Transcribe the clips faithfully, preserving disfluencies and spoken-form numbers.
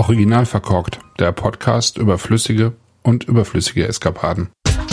Original verkorkt, der Podcast über flüssige und überflüssige Eskapaden.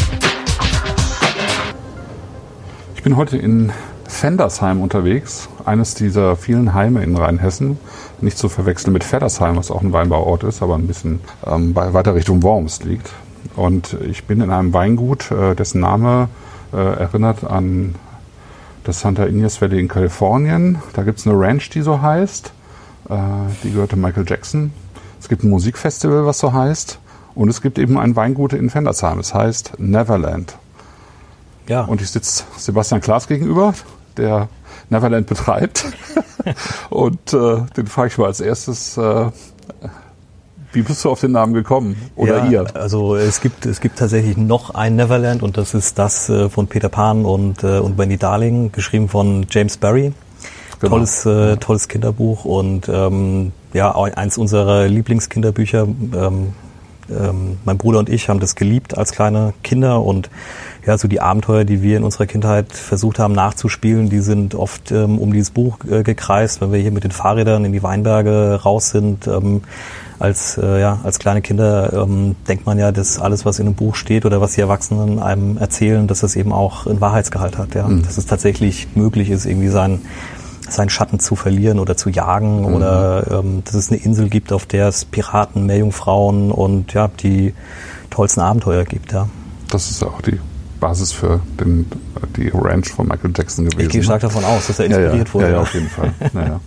Ich bin heute in Vendersheim unterwegs, eines dieser vielen Heime in Rheinhessen. Nicht zu verwechseln mit Veddersheim, was auch ein Weinbauort ist, aber ein bisschen ähm, weiter Richtung Worms liegt. Und ich bin in einem Weingut, äh, dessen Name äh, erinnert an das Santa Ynez Valley in Kalifornien. Da gibt es eine Ranch, die so heißt. Äh, die gehörte Michael Jackson. Es gibt ein Musikfestival, was so heißt. Und es gibt eben ein Weingut in Vendersheim. Es heißt Neverland. Ja. Und ich sitze Sebastian Klaas gegenüber, der Neverland betreibt. Und äh, den frage ich mal als erstes, äh, wie bist du auf den Namen gekommen? Oder ja, ihr? Also es gibt es gibt tatsächlich noch ein Neverland und das ist das äh, von Peter Pan und äh, und Wendy Darling, geschrieben von James Barrie. Genau. Tolles äh, tolles Kinderbuch und ähm, ja eins unserer Lieblingskinderbücher. Ähm, ähm, mein Bruder und ich haben das geliebt als kleine Kinder und ja, so die Abenteuer, die wir in unserer Kindheit versucht haben nachzuspielen, die sind oft ähm, um dieses Buch äh, gekreist, wenn wir hier mit den Fahrrädern in die Weinberge raus sind. Ähm, als äh, ja als kleine Kinder ähm, denkt man ja, dass alles, was in einem Buch steht oder was die Erwachsenen einem erzählen, dass das eben auch einen Wahrheitsgehalt hat, ja, mhm. dass es tatsächlich möglich ist, irgendwie sein seinen Schatten zu verlieren oder zu jagen mhm. oder ähm, dass es eine Insel gibt, auf der es Piraten, Meerjungfrauen und ja die tollsten Abenteuer gibt, ja. Das ist auch die Basis für den, die Ranch von Michael Jackson gewesen. Ich gehe stark davon aus, dass er inspiriert ja, ja. wurde. Ja, ja, auf jeden Fall. Naja.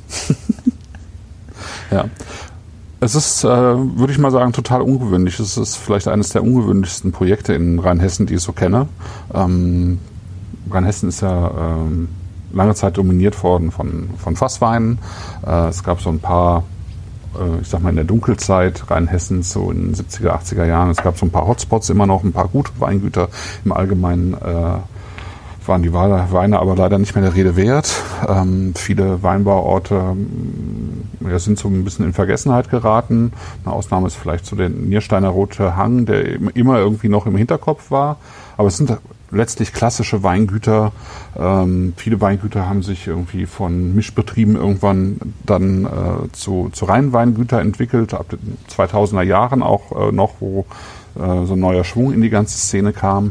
Ja. Es ist, äh, würde ich mal sagen, total ungewöhnlich. Es ist vielleicht eines der ungewöhnlichsten Projekte in Rheinhessen, die ich so kenne. Ähm, Rheinhessen ist ja ähm, lange Zeit dominiert worden von, von Fassweinen. Äh, es gab so ein paar, äh, ich sag mal in der Dunkelzeit Rheinhessens, so in den siebziger, achtziger Jahren, es gab so ein paar Hotspots immer noch, ein paar gute Weingüter. Im Allgemeinen äh, waren die Weine aber leider nicht mehr der Rede wert. Ähm, viele Weinbauorte ja, sind so ein bisschen in Vergessenheit geraten. Eine Ausnahme ist vielleicht so der Niersteiner Rote Hang, der immer irgendwie noch im Hinterkopf war. Aber es sind letztlich klassische Weingüter. Ähm, viele Weingüter haben sich irgendwie von Mischbetrieben irgendwann dann äh, zu, zu reinen Weingüter entwickelt, ab den zweitausender Jahren auch äh, noch, wo äh, so ein neuer Schwung in die ganze Szene kam.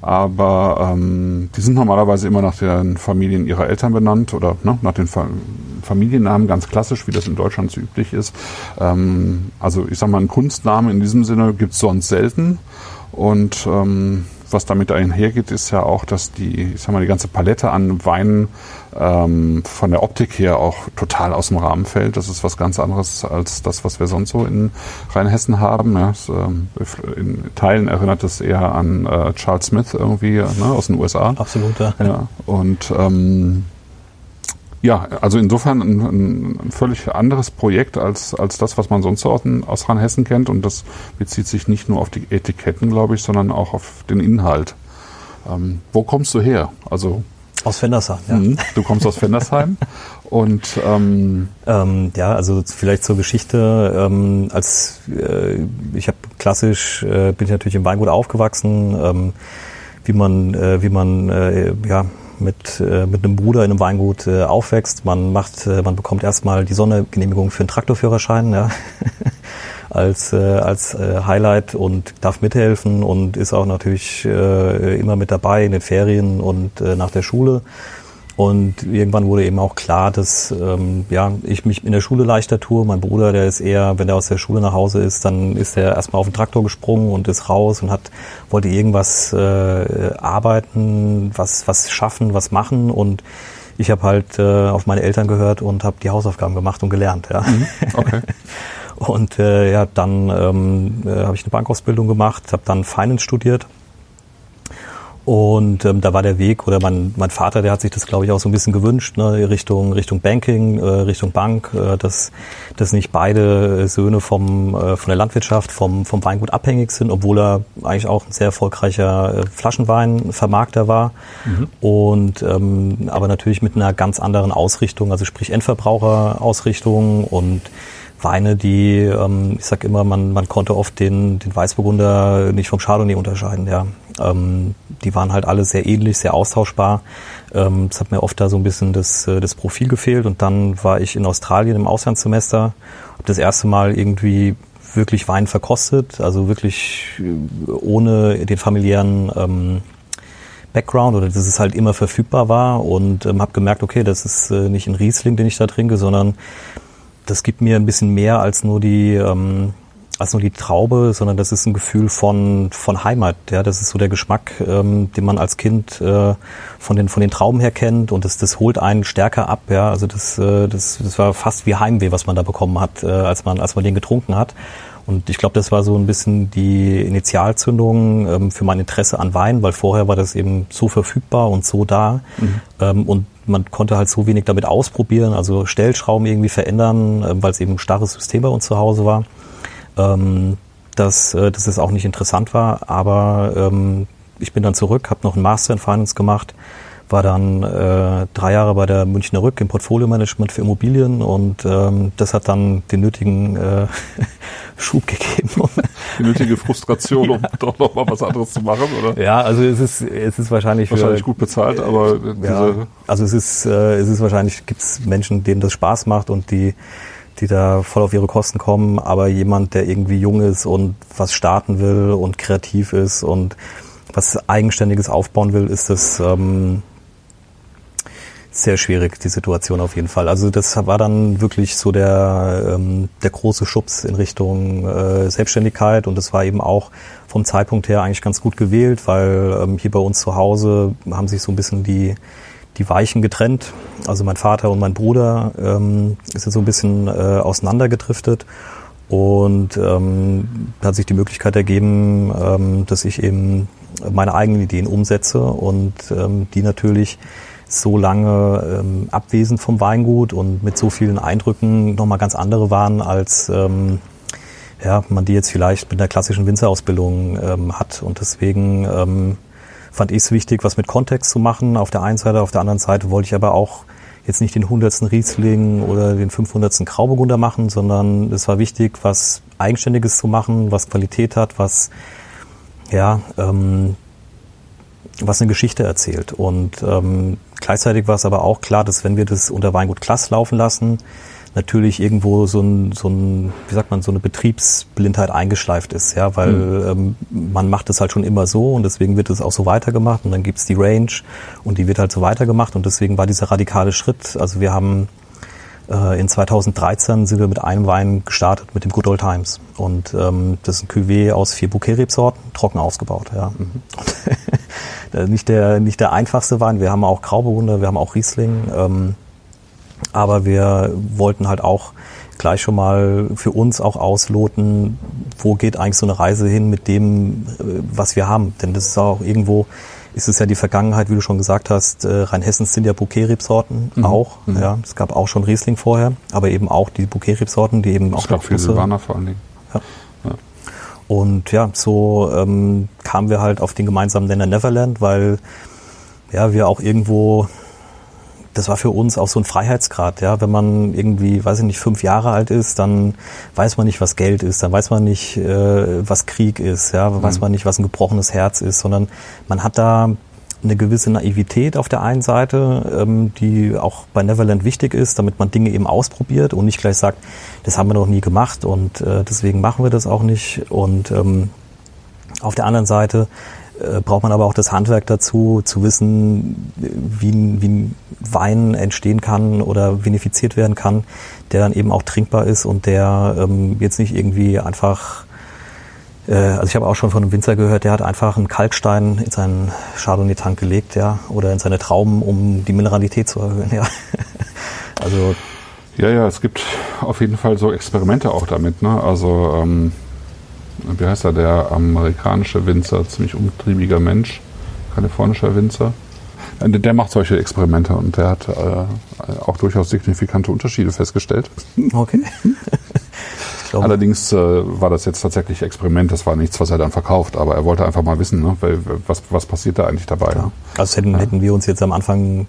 Aber ähm, die sind normalerweise immer nach den Familien ihrer Eltern benannt oder ne, nach den Fa- Familiennamen, ganz klassisch, wie das in Deutschland so üblich ist. Ähm, also ich sag mal, einen Kunstnamen in diesem Sinne gibt's sonst selten. Und ähm, was damit einhergeht, ist ja auch, dass die, ich sag mal, die ganze Palette an Weinen ähm, von der Optik her auch total aus dem Rahmen fällt. Das ist was ganz anderes als das, was wir sonst so in Rheinhessen haben. Ja, das, ähm, in Teilen erinnert es eher an äh, Charles Smith irgendwie, ne, aus den U S A. Absolut, ja. Ja, und ähm, ja, also insofern ein, ein völlig anderes Projekt als als das, was man sonst so aus, aus Rheinhessen kennt. Und das bezieht sich nicht nur auf die Etiketten, glaube ich, sondern auch auf den Inhalt. Ähm, wo kommst du her? Also aus Vendersheim, ja. Mh, du kommst aus Vendersheim. Und ähm, ähm, ja, also vielleicht zur Geschichte. Ähm, als äh, ich habe klassisch äh, bin ich natürlich im Weingut aufgewachsen, ähm, wie man äh, wie man äh, ja mit äh, mit einem Bruder in einem Weingut äh, aufwächst. Man macht, äh, man bekommt erstmal die Sondergenehmigung für einen Traktorführerschein, ja, als äh, als äh, Highlight und darf mithelfen und ist auch natürlich äh, immer mit dabei in den Ferien und äh, nach der Schule. Und irgendwann wurde eben auch klar, dass ähm, ja ich mich in der Schule leichter tue. Mein Bruder, der ist eher, wenn er aus der Schule nach Hause ist, dann ist er erstmal auf den Traktor gesprungen und ist raus und hat wollte irgendwas äh, arbeiten, was was schaffen, was machen. Und ich habe halt äh, auf meine Eltern gehört und habe die Hausaufgaben gemacht und gelernt. Ja. Mhm. Okay. Und äh, ja, dann ähm, äh, habe ich eine Bankausbildung gemacht, habe dann Finance studiert. Und ähm, da war der Weg, oder mein, mein Vater, der hat sich das, glaube ich, auch so ein bisschen gewünscht, ne, Richtung Richtung Banking, äh, Richtung Bank, äh, dass, dass nicht beide Söhne vom äh, von der Landwirtschaft, vom vom Weingut abhängig sind, obwohl er eigentlich auch ein sehr erfolgreicher äh, Flaschenweinvermarkter war. Mhm. Und ähm, aber natürlich mit einer ganz anderen Ausrichtung, also sprich Endverbraucherausrichtung und Weine, die, ähm, ich sag immer, man, man konnte oft den, den Weißburgunder nicht vom Chardonnay unterscheiden, ja. Ähm, die waren halt alle sehr ähnlich, sehr austauschbar. Ähm, es hat mir oft da so ein bisschen das, das Profil gefehlt und dann war ich in Australien im Auslandssemester, habe das erste Mal irgendwie wirklich Wein verkostet, also wirklich ohne den familiären ähm, Background oder dass es halt immer verfügbar war und ähm, habe gemerkt, okay, das ist äh, nicht ein Riesling, den ich da trinke, sondern das gibt mir ein bisschen mehr als nur die ähm, als nur die Traube, sondern das ist ein Gefühl von von Heimat. Ja, das ist so der Geschmack, ähm, den man als Kind äh, von den von den Trauben her kennt und das das holt einen stärker ab. Ja, also das äh, das das war fast wie Heimweh, was man da bekommen hat, äh, als man als man den getrunken hat. Und ich glaube, das war so ein bisschen die Initialzündung ähm, für mein Interesse an Wein, weil vorher war das eben so verfügbar und so da. Mhm. Ähm, und man konnte halt so wenig damit ausprobieren, also Stellschrauben irgendwie verändern, äh, weil es eben ein starres System bei uns zu Hause war, ähm, dass, äh, dass es auch nicht interessant war. Aber ähm, ich bin dann zurück, habe noch einen Master in Finance gemacht, war dann äh, drei Jahre bei der Münchner Rück im Portfolio-Management für Immobilien und ähm, das hat dann den nötigen äh, Schub gegeben. Die nötige Frustration, um ja. doch noch mal was anderes zu machen, oder? Ja, also es ist es ist wahrscheinlich wahrscheinlich für, gut bezahlt, aber diese ja, also es ist äh, es ist wahrscheinlich gibt's Menschen, denen das Spaß macht und die die da voll auf ihre Kosten kommen, aber jemand, der irgendwie jung ist und was starten will und kreativ ist und was Eigenständiges aufbauen will, ist das ähm, sehr schwierig, die Situation auf jeden Fall. Also das war dann wirklich so der ähm, der große Schubs in Richtung äh, Selbstständigkeit und das war eben auch vom Zeitpunkt her eigentlich ganz gut gewählt, weil ähm, hier bei uns zu Hause haben sich so ein bisschen die die Weichen getrennt. Also mein Vater und mein Bruder ähm, ist jetzt so ein bisschen äh, auseinandergedriftet und ähm, hat sich die Möglichkeit ergeben, ähm, dass ich eben meine eigenen Ideen umsetze und ähm, die natürlich so lange ähm, abwesend vom Weingut und mit so vielen Eindrücken nochmal ganz andere waren, als ähm, ja, man die jetzt vielleicht mit einer klassischen Winzerausbildung ähm, hat. Und deswegen ähm, fand ich es wichtig, was mit Kontext zu machen auf der einen Seite. Auf der anderen Seite wollte ich aber auch jetzt nicht den hundertsten Riesling oder den fünfhundertsten Grauburgunder machen, sondern es war wichtig, was Eigenständiges zu machen, was Qualität hat, was ja ähm, was eine Geschichte erzählt. Und ähm, gleichzeitig war es aber auch klar, dass wenn wir das unter Weingut Klass laufen lassen, natürlich irgendwo so ein, so ein, wie sagt man, so eine Betriebsblindheit eingeschleift ist, ja, weil mhm. ähm, man macht es halt schon immer so und deswegen wird es auch so weitergemacht und dann gibt's die Range und die wird halt so weitergemacht und deswegen war dieser radikale Schritt, also wir haben äh, in zweitausenddreizehn sind wir mit einem Wein gestartet, mit dem Good Old Times und ähm, das ist ein Cuvée aus vier Bouquet-Rebsorten, trocken ausgebaut, ja. Mhm. nicht der, nicht der einfachste Wein, wir haben auch Grauburgunder, wir haben auch Riesling, ähm, aber wir wollten halt auch gleich schon mal für uns auch ausloten, wo geht eigentlich so eine Reise hin mit dem, was wir haben. Denn das ist auch irgendwo, ist es ja die Vergangenheit, wie du schon gesagt hast, Rheinhessen sind ja Bouquet-Rebsorten mhm. auch. Mhm. Ja, es gab auch schon Riesling vorher, aber eben auch die Bouquet-Rebsorten, die eben es auch... Es gab viel Silvaner vor allen Dingen. Ja. Ja. Und ja, so ähm, kamen wir halt auf den gemeinsamen Nenner Neverland, weil ja wir auch irgendwo... Das war für uns auch so ein Freiheitsgrad, ja. Wenn man irgendwie, weiß ich nicht, fünf Jahre alt ist, dann weiß man nicht, was Geld ist, dann weiß man nicht, äh, was Krieg ist, ja, mhm. weiß man nicht, was ein gebrochenes Herz ist, sondern man hat da eine gewisse Naivität auf der einen Seite, ähm, die auch bei Neverland wichtig ist, damit man Dinge eben ausprobiert und nicht gleich sagt, das haben wir noch nie gemacht und äh, deswegen machen wir das auch nicht. Und ähm, auf der anderen Seite braucht man aber auch das Handwerk dazu, zu wissen, wie ein, wie ein Wein entstehen kann oder vinifiziert werden kann, der dann eben auch trinkbar ist und der ähm, jetzt nicht irgendwie einfach, äh, also ich habe auch schon von einem Winzer gehört, der hat einfach einen Kalkstein in seinen Chardonnay-Tank gelegt, ja, oder in seine Trauben, um die Mineralität zu erhöhen, ja. Also ja, ja, es gibt auf jeden Fall so Experimente auch damit, ne? Also ähm wie heißt er, der amerikanische Winzer, ziemlich umtriebiger Mensch, kalifornischer Winzer. Der macht solche Experimente und der hat äh, auch durchaus signifikante Unterschiede festgestellt. Okay. Allerdings äh, war das jetzt tatsächlich Experiment, das war nichts, was er dann verkauft, aber er wollte einfach mal wissen, ne, weil, was, was passiert da eigentlich dabei. Ja. Also hätten, ja. hätten wir uns jetzt am Anfang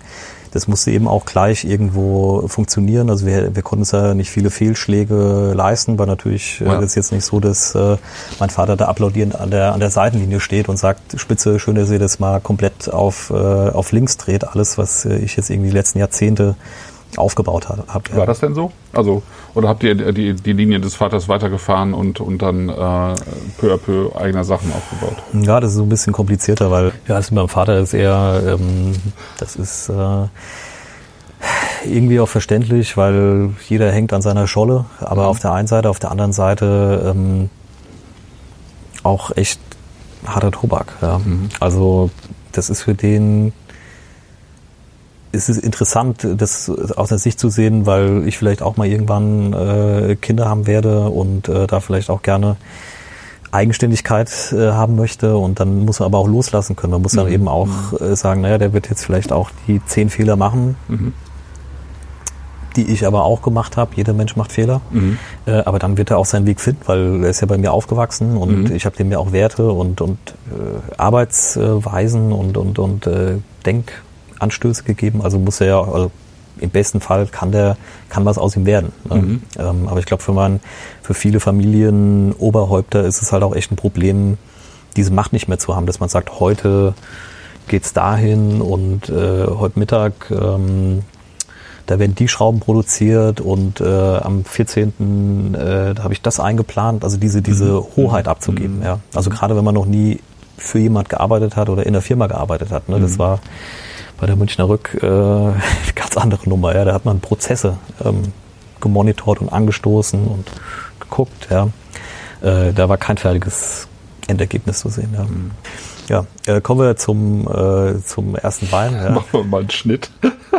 das musste eben auch gleich irgendwo funktionieren. Also wir, wir konnten uns ja nicht viele Fehlschläge leisten, weil natürlich ja. äh, ist jetzt nicht so, dass äh, mein Vater da applaudierend an der an der Seitenlinie steht und sagt, Spitze, schön, dass ihr das mal komplett auf äh, auf links dreht. Alles, was äh, ich jetzt irgendwie die letzten Jahrzehnte aufgebaut habe. War ja. das denn so? Also oder habt ihr die, die Linie des Vaters weitergefahren und und dann äh, peu à peu eigene Sachen aufgebaut? Ja, das ist so ein bisschen komplizierter, weil ja, also beim Vater ist eher, ähm, das ist äh, irgendwie auch verständlich, weil jeder hängt an seiner Scholle, aber mhm. auf der einen Seite, auf der anderen Seite ähm, auch echt harter Tobak. Ja. Mhm. Also das ist für den es ist interessant, das aus der Sicht zu sehen, weil ich vielleicht auch mal irgendwann äh, Kinder haben werde und äh, da vielleicht auch gerne Eigenständigkeit äh, haben möchte und dann muss man aber auch loslassen können. Man muss dann mhm. eben auch äh, sagen, naja, der wird jetzt vielleicht auch die zehn Fehler machen, mhm. die ich aber auch gemacht habe. Jeder Mensch macht Fehler, mhm. äh, aber dann wird er auch seinen Weg finden, weil er ist ja bei mir aufgewachsen und mhm. ich habe dem ja auch Werte und, und äh, Arbeitsweisen und, und, und äh, Denk Anstöße gegeben, also muss er ja, also im besten Fall kann der, kann was aus ihm werden. Ne? Mhm. Ähm, aber ich glaube, für man, für viele Familienoberhäupter ist es halt auch echt ein Problem, diese Macht nicht mehr zu haben, dass man sagt, heute geht's dahin und äh, heute Mittag ähm, da werden die Schrauben produziert und äh, am vierzehnten Äh, da habe ich das eingeplant, also diese diese mhm. Hoheit abzugeben. Mhm. Ja. Also gerade wenn man noch nie für jemand gearbeitet hat oder in der Firma gearbeitet hat, ne? Mhm. Das war bei der Münchner Rück äh, eine ganz andere Nummer. Ja. Da hat man Prozesse ähm, gemonitort und angestoßen und geguckt. Ja. Äh, da war kein fertiges Endergebnis zu sehen. Ja, mhm. ja äh, kommen wir zum, äh, zum ersten Wein. Ja. Machen wir mal einen Schnitt.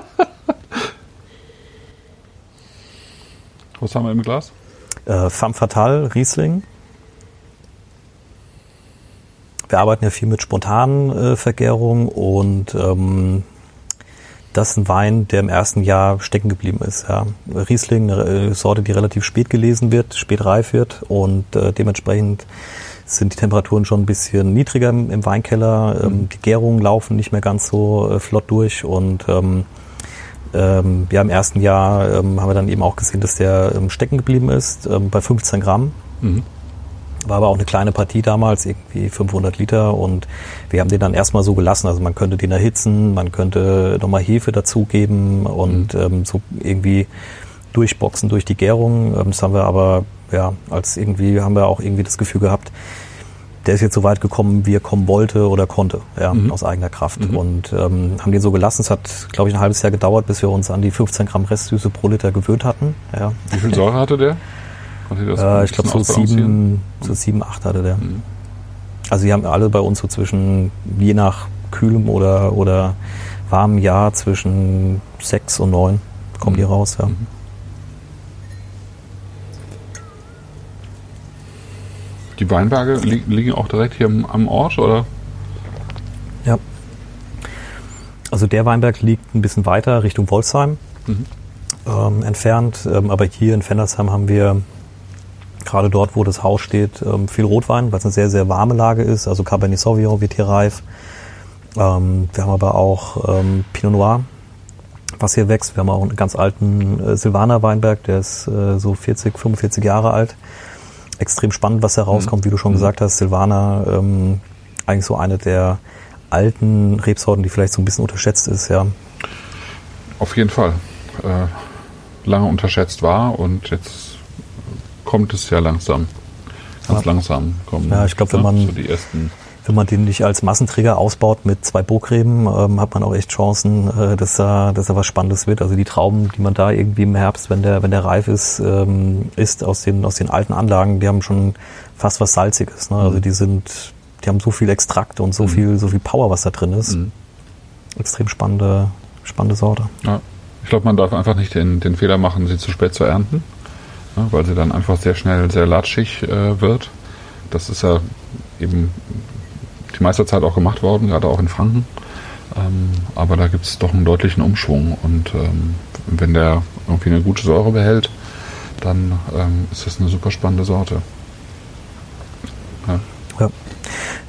Was haben wir im Glas? Äh, Femme Fatale Riesling. Wir arbeiten ja viel mit spontanen äh, Vergärungen und ähm, das ist ein Wein, der im ersten Jahr stecken geblieben ist. Ja. Riesling, eine Sorte, die relativ spät gelesen wird, spät reif wird und äh, dementsprechend sind die Temperaturen schon ein bisschen niedriger im, im Weinkeller. Ähm, mhm. Die Gärungen laufen nicht mehr ganz so äh, flott durch und ähm, ähm, ja, im ersten Jahr ähm, haben wir dann eben auch gesehen, dass der ähm, stecken geblieben ist ähm, bei fünfzehn Gramm. Mhm. War aber auch eine kleine Partie damals, irgendwie fünfhundert Liter und wir haben den dann erstmal so gelassen. Also man könnte den erhitzen, man könnte nochmal Hefe dazugeben und mhm. ähm, so irgendwie durchboxen durch die Gärung. Ähm, das haben wir aber, ja, als irgendwie haben wir auch irgendwie das Gefühl gehabt, der ist jetzt so weit gekommen, wie er kommen wollte oder konnte, ja, mhm. aus eigener Kraft. Mhm. Und ähm, haben den so gelassen. Es hat, glaube ich, ein halbes Jahr gedauert, bis wir uns an die fünfzehn Gramm Restsüße pro Liter gewöhnt hatten. Ja. Wie viel Säure hatte der? Äh, ich glaube so sieben, so sieben, acht hatte der. Mhm. Also die haben alle bei uns so zwischen, je nach kühlem oder, oder warmem Jahr, zwischen sechs und neun kommen mhm. die raus. Ja. Mhm. Die Weinberge li- liegen auch direkt hier am, am Ort, oder? Ja. Also der Weinberg liegt ein bisschen weiter Richtung Wolfsheim mhm. ähm, entfernt. Ähm, aber hier in Vendersheim haben wir gerade dort, wo das Haus steht, viel Rotwein, weil es eine sehr, sehr warme Lage ist. Also Cabernet Sauvignon wird hier reif. Ähm, wir haben aber auch ähm, Pinot Noir, was hier wächst. Wir haben auch einen ganz alten äh, Silvaner Weinberg, der ist äh, so vierzig, fünfundvierzig Jahre alt. Extrem spannend, was da rauskommt, mhm. wie du schon mhm. gesagt hast. Silvaner, ähm, eigentlich so eine der alten Rebsorten, die vielleicht so ein bisschen unterschätzt ist. Ja. Auf jeden Fall. Äh, lange unterschätzt war und jetzt kommt es ja langsam. Ganz ja. langsam kommen. Ja, ich glaube, wenn man so die ersten wenn man den nicht als Massenträger ausbaut mit zwei Burgreben, ähm, hat man auch echt Chancen, äh, dass da dass da was Spannendes wird. Also die Trauben, die man da irgendwie im Herbst, wenn der wenn der reif ist, ähm, isst aus den aus den alten Anlagen, die haben schon fast was Salziges. Ne? Also die sind, die haben so viel Extrakt und so mhm. viel so viel Power, was da drin ist. Mhm. Extrem spannende spannende Sorte. Ja. Ich glaube, man darf einfach nicht den den Fehler machen, sie zu spät zu ernten. Ja, weil sie dann einfach sehr schnell sehr latschig äh, wird. Das ist ja eben die meiste Zeit auch gemacht worden, gerade auch in Franken. Ähm, aber da gibt es doch einen deutlichen Umschwung. Und ähm, wenn der irgendwie eine gute Säure behält, dann ähm, ist das eine super spannende Sorte. Ja. Ja.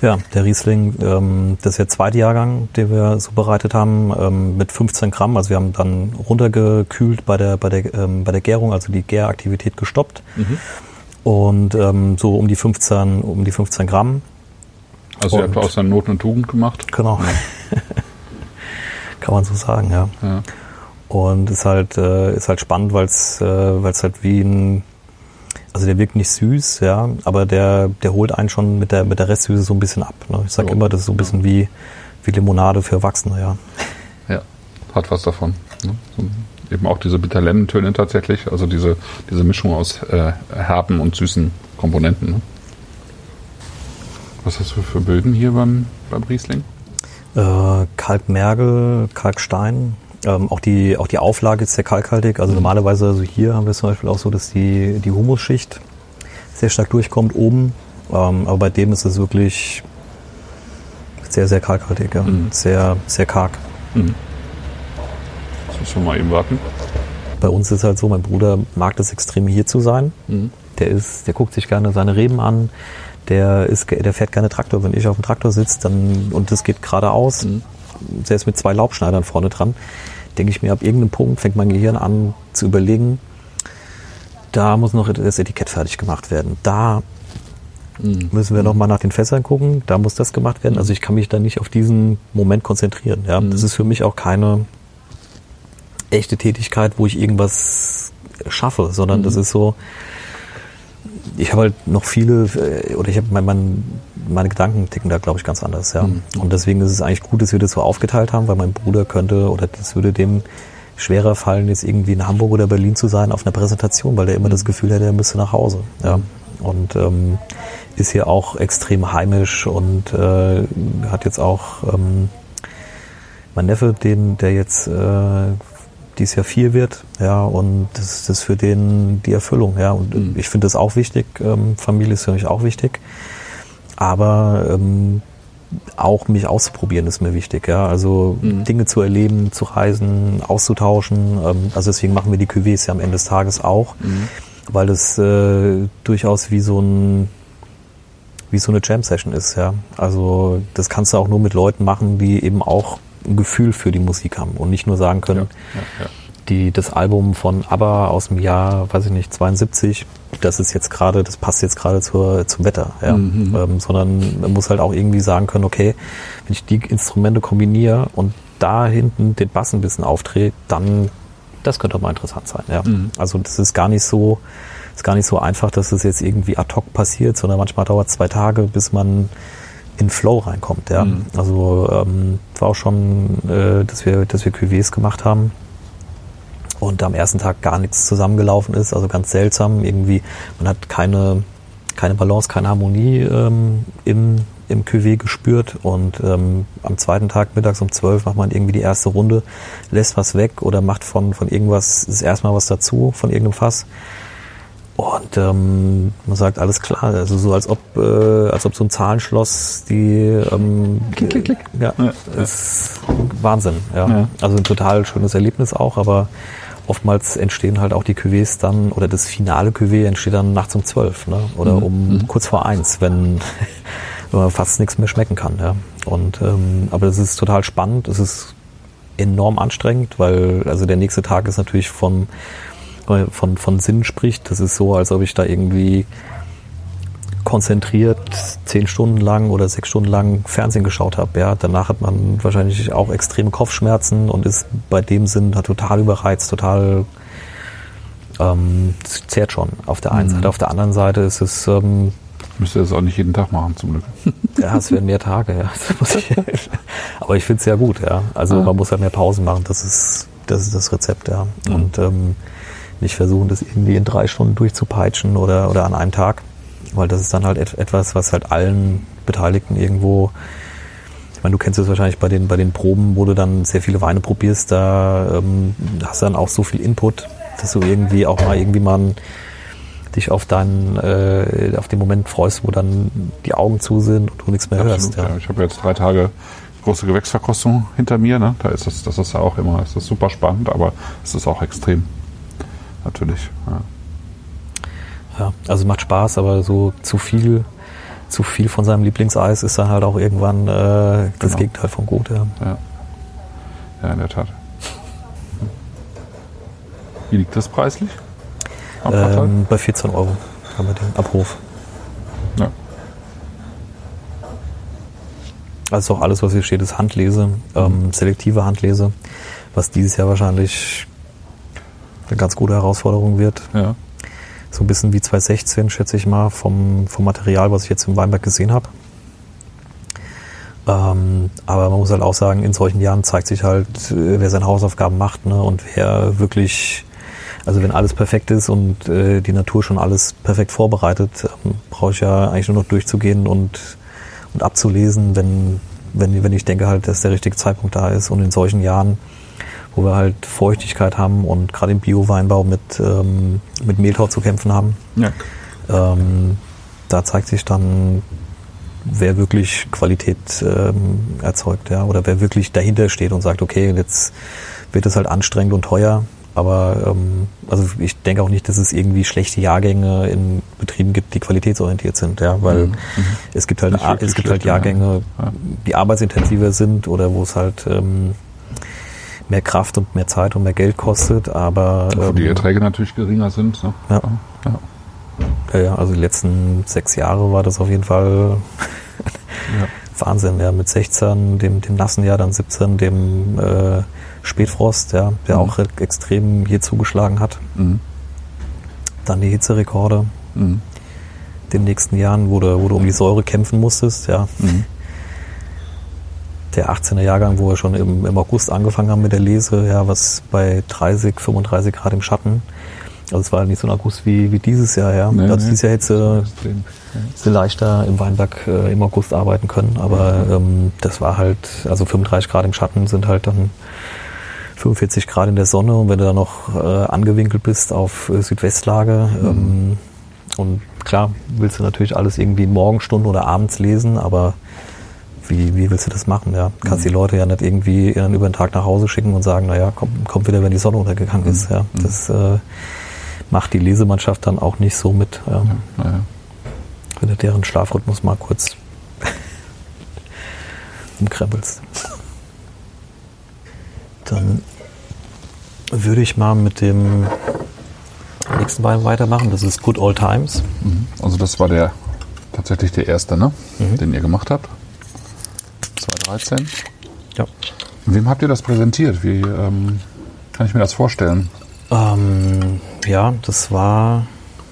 Ja, der Riesling, ähm, das ist der zweite Jahrgang, den wir so bereitet haben, ähm, mit fünfzehn Gramm. Also wir haben dann runtergekühlt bei der bei der ähm, bei der Gärung, also die Gäraktivität gestoppt. Mhm. Und ähm, so um die fünfzehn um die fünfzehn Gramm. Also ihr habt aus der Not und Tugend gemacht? Genau. Ja. Kann man so sagen, ja. ja. Und ist halt äh, ist halt spannend, weil es äh, weil es halt wie ein, also der wirkt nicht süß, ja, aber der der holt einen schon mit der mit der Restsüße so ein bisschen ab. Ne? Ich sag ja. immer, das ist so ein bisschen wie wie Limonade für Erwachsene, ja. Ja, hat was davon. Ne? So, eben auch diese Bitterlemmentöne tatsächlich, also diese diese Mischung aus äh, herben und süßen Komponenten. Ne? Was hast du für Böden hier beim beim Riesling? Äh, Kalkmergel, Kalkstein. Ähm, auch die auch die Auflage ist sehr kalkhaltig. Also normalerweise, also hier haben wir es zum Beispiel auch so, dass die die Humusschicht sehr stark durchkommt oben. Ähm, aber bei dem ist es wirklich sehr, sehr kalkhaltig, ja. Mhm. Sehr, sehr karg. Mhm. Das müssen wir mal eben warten. Bei uns ist halt so, mein Bruder mag das extrem hier zu sein. Mhm. Der ist, der guckt sich gerne seine Reben an. Der ist, der fährt gerne Traktor. Wenn ich auf dem Traktor sitze, dann und das geht geradeaus. Mhm. Selbst mit zwei Laubschneidern vorne dran, denke ich mir, ab irgendeinem Punkt fängt mein Gehirn an zu überlegen, da muss noch das Etikett fertig gemacht werden. Da mhm. müssen wir mhm. nochmal nach den Fässern gucken, da muss das gemacht werden. Also ich kann mich da nicht auf diesen Moment konzentrieren. Ja? Mhm. Das ist für mich auch keine echte Tätigkeit, wo ich irgendwas schaffe, sondern mhm. das ist so, ich habe halt noch viele, oder ich habe mein, mein, meine Gedanken ticken da, glaube ich, ganz anders, ja. Mhm. Und deswegen ist es eigentlich gut, dass wir das so aufgeteilt haben, weil mein Bruder könnte, oder das würde dem schwerer fallen, jetzt irgendwie in Hamburg oder Berlin zu sein auf einer Präsentation, weil der immer mhm. das Gefühl hätte, er müsste nach Hause, ja. Und ähm, ist hier auch extrem heimisch und äh, hat jetzt auch ähm, mein Neffe, den, der jetzt äh, dieses Jahr vier wird, ja, und das, das ist für den die Erfüllung, ja, und mhm. ich finde das auch wichtig, ähm, Familie ist für mich auch wichtig, aber ähm, auch mich auszuprobieren ist mir wichtig, ja, also mhm. Dinge zu erleben, zu reisen, auszutauschen, ähm, also deswegen machen wir die Cuvées ja am Ende des Tages auch, mhm. weil das äh, durchaus wie so ein wie so eine Jam-Session ist, ja, also das kannst du auch nur mit Leuten machen, die eben auch ein Gefühl für die Musik haben und nicht nur sagen können, ja, ja, ja. die das Album von ABBA aus dem Jahr, weiß ich nicht, zweiundsiebzig, das ist jetzt gerade, das passt jetzt gerade zur zum Wetter, ja, mhm. ähm, sondern man muss halt auch irgendwie sagen können, okay, wenn ich die Instrumente kombiniere und da hinten den Bass ein bisschen aufdrehe, dann das könnte doch mal interessant sein, ja. Mhm. Also das ist gar nicht so, ist gar nicht so einfach, dass das jetzt irgendwie ad hoc passiert, sondern manchmal dauert es zwei Tage, bis man in Flow reinkommt, ja. Mhm. Also ähm, war auch schon, äh, dass wir, dass wir Cuvées gemacht haben und am ersten Tag gar nichts zusammengelaufen ist, also ganz seltsam irgendwie. Man hat keine keine Balance, keine Harmonie ähm, im im Cuvée gespürt und ähm, am zweiten Tag mittags um zwölf macht man irgendwie die erste Runde, lässt was weg oder macht von von irgendwas das erste Mal was dazu von irgendeinem Fass. Und ähm, man sagt, alles klar, also so als ob äh, als ob so ein Zahlenschloss die ähm, klick, klick, klick. Ja, ja, ist Wahnsinn, ja. ja. Also ein total schönes Erlebnis auch, aber oftmals entstehen halt auch die Cuvées dann, oder das finale Cuvée entsteht dann nachts um zwölf, ne? Oder mhm. um mhm. kurz vor eins, wenn, wenn man fast nichts mehr schmecken kann, ja. Und ähm, aber es ist total spannend, es ist enorm anstrengend, weil also der nächste Tag ist natürlich vom von von Sinn spricht. Das ist so, als ob ich da irgendwie konzentriert zehn Stunden lang oder sechs Stunden lang Fernsehen geschaut habe. Ja, danach hat man wahrscheinlich auch extreme Kopfschmerzen und ist bei dem Sinn da total überreizt, total ähm, zehrt schon auf der einen mhm. Seite. Auf der anderen Seite ist es ähm, müsst ihr das auch nicht jeden Tag machen, zum Glück. Ja, es werden mehr Tage, ja. Das muss ich, aber ich finde es ja gut, ja. Also ja. man muss ja mehr Pausen machen. Das ist das ist das Rezept, ja. Mhm. Und ähm, nicht versuchen, das irgendwie in drei Stunden durchzupeitschen oder, oder an einem Tag, weil das ist dann halt et- etwas, was halt allen Beteiligten irgendwo, ich meine, du kennst es wahrscheinlich bei den, bei den Proben, wo du dann sehr viele Weine probierst, da ähm, hast du dann auch so viel Input, dass du irgendwie auch mal irgendwie mal dich auf deinen, äh, auf den Moment freust, wo dann die Augen zu sind und du nichts mehr Absolut, hörst. Ja. Ja. Ich habe jetzt drei Tage große Gewächsverkostung hinter mir, ne? Da ist das, das ist ja auch immer, das ist super spannend, aber es ist auch extrem. Natürlich, ja. Ja, also macht Spaß, aber so zu viel, zu viel von seinem Lieblingseis ist dann halt auch irgendwann äh, das genau. Gegenteil von gut. Ja. Ja. ja, in der Tat. Wie liegt das preislich? Ähm, bei vierzehn Euro haben wir den Abruf. Ja. Also auch alles, was hier steht, ist Handlese, ähm, mhm. selektive Handlese, was dieses Jahr wahrscheinlich eine ganz gute Herausforderung wird. Ja. So ein bisschen wie zwanzig sechzehn, schätze ich mal, vom, vom Material, was ich jetzt im Weinberg gesehen habe. Ähm, aber man muss halt auch sagen, in solchen Jahren zeigt sich halt, wer seine Hausaufgaben macht, ne, und wer wirklich, also wenn alles perfekt ist und äh, die Natur schon alles perfekt vorbereitet, ähm, brauche ich ja eigentlich nur noch durchzugehen und, und abzulesen, wenn, wenn, wenn ich denke halt, dass der richtige Zeitpunkt da ist. Und in solchen Jahren, wo wir halt Feuchtigkeit haben und gerade im Bio-Weinbau mit, ähm, mit Mehltau zu kämpfen haben, ja. ähm, da zeigt sich dann, wer wirklich Qualität ähm, erzeugt, ja, oder wer wirklich dahinter steht und sagt, okay, jetzt wird es halt anstrengend und teuer, aber ähm, also ich denke auch nicht, dass es irgendwie schlechte Jahrgänge in Betrieben gibt, die qualitätsorientiert sind, ja, weil mhm. es gibt halt es gibt halt Jahrgänge, ja. die arbeitsintensiver sind oder wo es halt ähm, mehr Kraft und mehr Zeit und mehr Geld kostet, aber wo ähm, die Erträge natürlich geringer sind. Ne? Ja. Ja. Ja, ja, also die letzten sechs Jahre war das auf jeden Fall ja. Wahnsinn. Ja, mit sechzehn, dem, dem nassen Jahr, dann siebzehn, dem äh, Spätfrost, ja, der mhm. auch extrem hier zugeschlagen hat. Mhm. Dann die Hitzerekorde. Mhm. Den nächsten Jahren, wo du, wo du um die Säure kämpfen musstest, ja. Mhm. Der achtzehner Jahrgang, wo wir schon im, im August angefangen haben mit der Lese, ja, was bei dreißig, fünfunddreißig Grad im Schatten. Also es war nicht so ein August wie, wie dieses Jahr, ja. Nee, also nee. Dieses Jahr hätte sie leichter im Weinberg äh, im August arbeiten können, aber ähm, das war halt, also fünfunddreißig Grad im Schatten sind halt dann fünfundvierzig Grad in der Sonne, und wenn du dann noch äh, angewinkelt bist auf äh, Südwestlage, mhm. ähm, und klar willst du natürlich alles irgendwie in Morgenstunden oder abends lesen, aber Wie, wie willst du das machen? Ja, du kannst mhm. die Leute ja nicht irgendwie dann über den Tag nach Hause schicken und sagen, naja, komm, kommt wieder, wenn die Sonne untergegangen ist. Ja, mhm. das äh, macht die Lesemannschaft dann auch nicht so mit. Ja. Ja, ja. Wenn du deren Schlafrhythmus mal kurz umkrempelst. Dann würde ich mal mit dem nächsten Wein weitermachen. Das ist Good Old Times. Mhm. Also das war der tatsächlich der erste, ne? Mhm. Den ihr gemacht habt. zwanzig dreizehn. Ja. Wem habt ihr das präsentiert? Wie ähm, kann ich mir das vorstellen? Ähm, ja, das war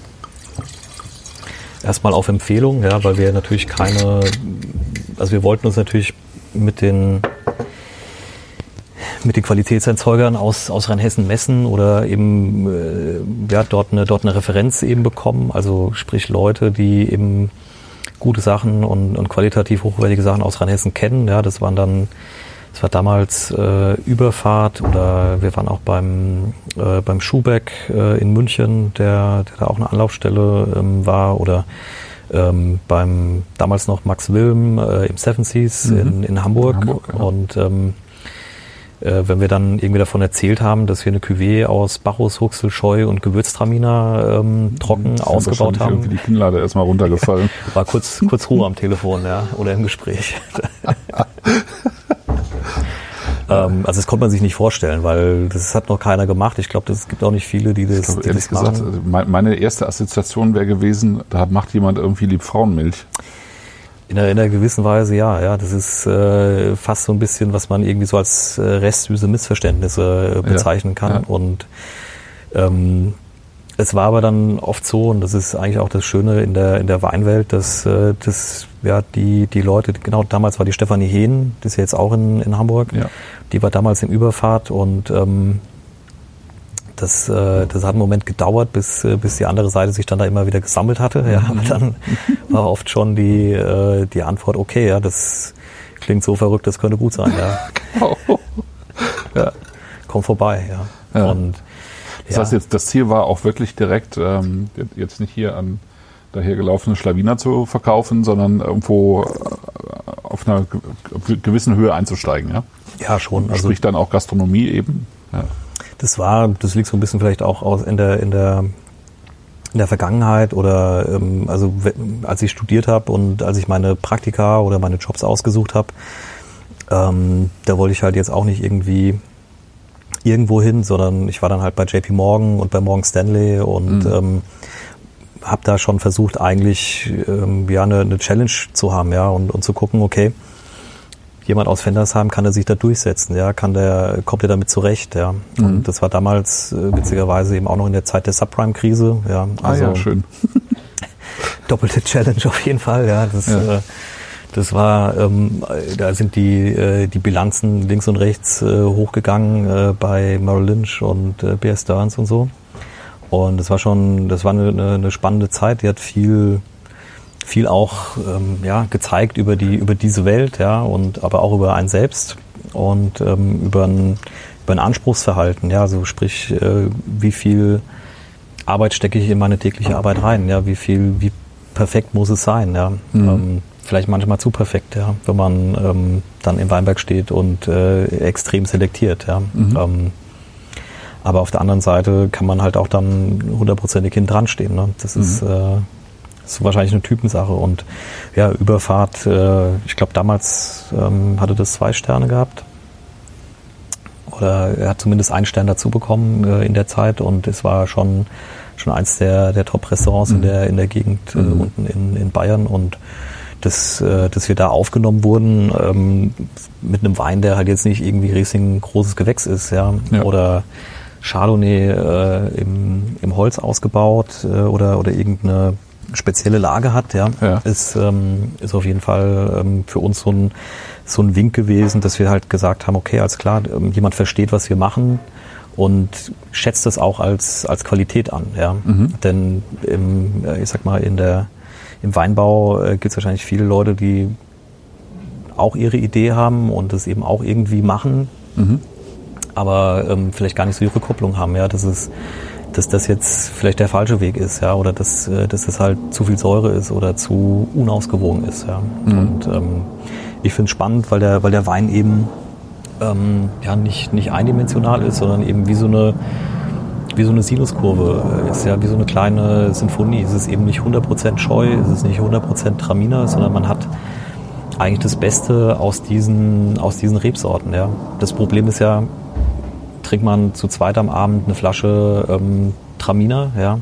erstmal auf Empfehlung, ja, weil wir natürlich keine, also wir wollten uns natürlich mit den mit den Qualitätserzeugern aus, aus Rheinhessen messen oder eben äh, ja, dort eine, dort eine Referenz eben bekommen, also sprich Leute, die eben gute Sachen und, und qualitativ hochwertige Sachen aus Rheinhessen kennen. Ja, das waren dann, das war damals äh, Überfahrt, oder wir waren auch beim äh, beim Schubeck äh, in München, der, der da auch eine Anlaufstelle ähm, war, oder ähm, beim damals noch Max Wilm äh, im Seven Seas mhm. in, in Hamburg. In Hamburg, ja. Und ähm, äh, wenn wir dann irgendwie davon erzählt haben, dass wir eine Cuvée aus Bacchus, Huxel, Scheu und Gewürztraminer ähm, trocken das ausgebaut haben. Irgendwie die Kinnlade erstmal runtergefallen. War kurz, kurz Ruhe am Telefon, ja, oder im Gespräch. ähm, also das konnte man sich nicht vorstellen, weil das hat noch keiner gemacht. Ich glaube, es gibt auch nicht viele, die das, glaube, die ehrlich das machen. Gesagt, meine erste Assoziation wäre gewesen, da macht jemand irgendwie Liebfrauenmilch. In einer, in einer gewissen Weise, ja, ja. Das ist äh, fast so ein bisschen, was man irgendwie so als äh, restsüße Missverständnisse äh, bezeichnen kann. Ja. Und ähm, es war aber dann oft so, und das ist eigentlich auch das Schöne in der in der Weinwelt, dass, äh, dass ja die die Leute, genau damals war die Stefanie Hehn, die ist ja jetzt auch in in Hamburg, ja. Die war damals in Überfahrt, und ähm, Das, äh, das hat einen Moment gedauert, bis, bis die andere Seite sich dann da immer wieder gesammelt hatte. Ja, und dann war oft schon die, äh, die Antwort, okay, ja, das klingt so verrückt, das könnte gut sein. Ja, ja. Komm vorbei. Ja. Ja. Und, das ja. heißt, jetzt das Ziel war auch wirklich direkt, ähm, jetzt nicht hier an dahergelaufene Schlawiner zu verkaufen, sondern irgendwo auf einer gewissen Höhe einzusteigen. Ja, ja schon. Also sprich dann auch Gastronomie eben. Ja. Das war, das liegt so ein bisschen vielleicht auch aus in der in der in der Vergangenheit oder ähm, also als ich studiert habe und als ich meine Praktika oder meine Jobs ausgesucht habe, ähm, da wollte ich halt jetzt auch nicht irgendwie irgendwo hin, sondern ich war dann halt bei J P Morgan und bei Morgan Stanley und mhm. ähm, habe da schon versucht eigentlich ähm, ja eine, eine Challenge zu haben, ja, und, und zu gucken, okay, jemand aus Vendersheim, kann er sich da durchsetzen, ja, kann der, kommt er damit zurecht, ja. Mhm. Und das war damals äh, witzigerweise eben auch noch in der Zeit der Subprime-Krise, ja. Also ah ja, schön. Doppelte Challenge auf jeden Fall, ja. Das, ja. Äh, das war, ähm, da sind die äh, die Bilanzen links und rechts äh, hochgegangen äh, bei Merrill Lynch und äh, Bear Stearns und so. Und das war schon, das war eine, eine spannende Zeit. Die hat viel, viel auch ähm, ja gezeigt über die über diese Welt, ja, und aber auch über einen selbst und ähm, über ein über ein Anspruchsverhalten, ja, also sprich, äh, wie viel Arbeit stecke ich in meine tägliche Arbeit rein, ja, wie viel, wie perfekt muss es sein, ja. Mhm. Ähm, vielleicht manchmal zu perfekt, ja, wenn man ähm, dann im Weinberg steht und äh, extrem selektiert, ja. Mhm. Ähm, aber auf der anderen Seite kann man halt auch dann hundertprozentig hinten dran stehen, ne? Das mhm. ist, äh, ist wahrscheinlich eine Typensache und ja, Überfahrt, äh, ich glaube damals ähm, hatte das zwei Sterne gehabt oder er hat zumindest einen Stern dazu bekommen äh, in der Zeit und es war schon schon eins der der Top-Restaurants mhm. in der in der Gegend äh, mhm. unten in in Bayern und dass, dass wir da aufgenommen wurden ähm, mit einem Wein, der halt jetzt nicht irgendwie riesig großes Gewächs ist, ja, ja. oder Chardonnay äh, im, im Holz ausgebaut äh, oder oder irgendeine spezielle Lage hat, ja, ja. ist ähm, ist auf jeden Fall ähm, für uns so ein so ein Wink gewesen, dass wir halt gesagt haben, okay, alles klar, ähm, jemand versteht, was wir machen und schätzt das auch als als Qualität an, ja, mhm. denn im, ich sag mal in der Im Weinbau äh, gibt es wahrscheinlich viele Leute, die auch ihre Idee haben und das eben auch irgendwie machen, mhm. aber ähm, vielleicht gar nicht so die Rückkopplung haben, ja, dass es, dass das jetzt vielleicht der falsche Weg ist, ja, oder dass, äh, dass das halt zu viel Säure ist oder zu unausgewogen ist, ja. Mhm. Und ähm, ich finde es spannend, weil der, weil der Wein eben ähm, ja nicht nicht eindimensional ist, sondern eben wie so eine wie so eine Sinuskurve ist, ja, wie so eine kleine Sinfonie. Es ist eben nicht hundert Prozent Scheu, es ist nicht hundert Prozent Traminer, sondern man hat eigentlich das Beste aus diesen, aus diesen Rebsorten, ja. Das Problem ist ja, trinkt man zu zweit am Abend eine Flasche ähm, Traminer, ja.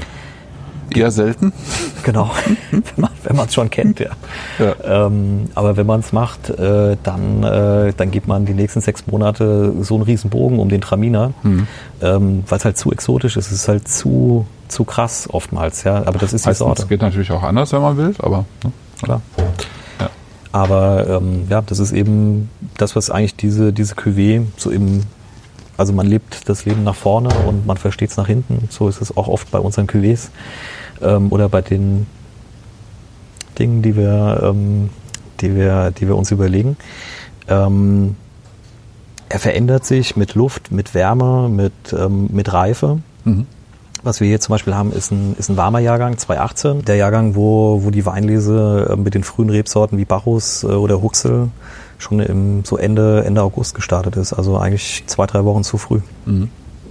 Eher selten. Genau, wenn man es schon kennt, ja. ja. Ähm, aber wenn man es macht, äh, dann, äh, dann gibt man die nächsten sechs Monate so einen riesen Bogen um den Traminer, mhm. ähm, weil es halt zu exotisch ist. Es ist halt zu, zu krass oftmals, ja. Aber das ist die Sorte. Es geht natürlich auch anders, wenn man will, aber ne? Klar. Ja. Aber ähm, ja, das ist eben das, was eigentlich diese, diese Cuvée so im, also man lebt das Leben nach vorne und man versteht es nach hinten. So ist es auch oft bei unseren Cuvées. Ähm, oder bei den Dingen, die wir, ähm, die wir, die wir uns überlegen. Ähm, er verändert sich mit Luft, mit Wärme, mit, ähm, mit Reife. Mhm. Was wir hier zum Beispiel haben, ist ein, ist ein warmer Jahrgang, zweitausendachtzehn. Der Jahrgang, wo, wo die Weinlese äh, mit den frühen Rebsorten wie Bacchus äh, oder Huxel schon im, so Ende, Ende August gestartet ist. Also eigentlich zwei, drei Wochen zu früh. Mhm.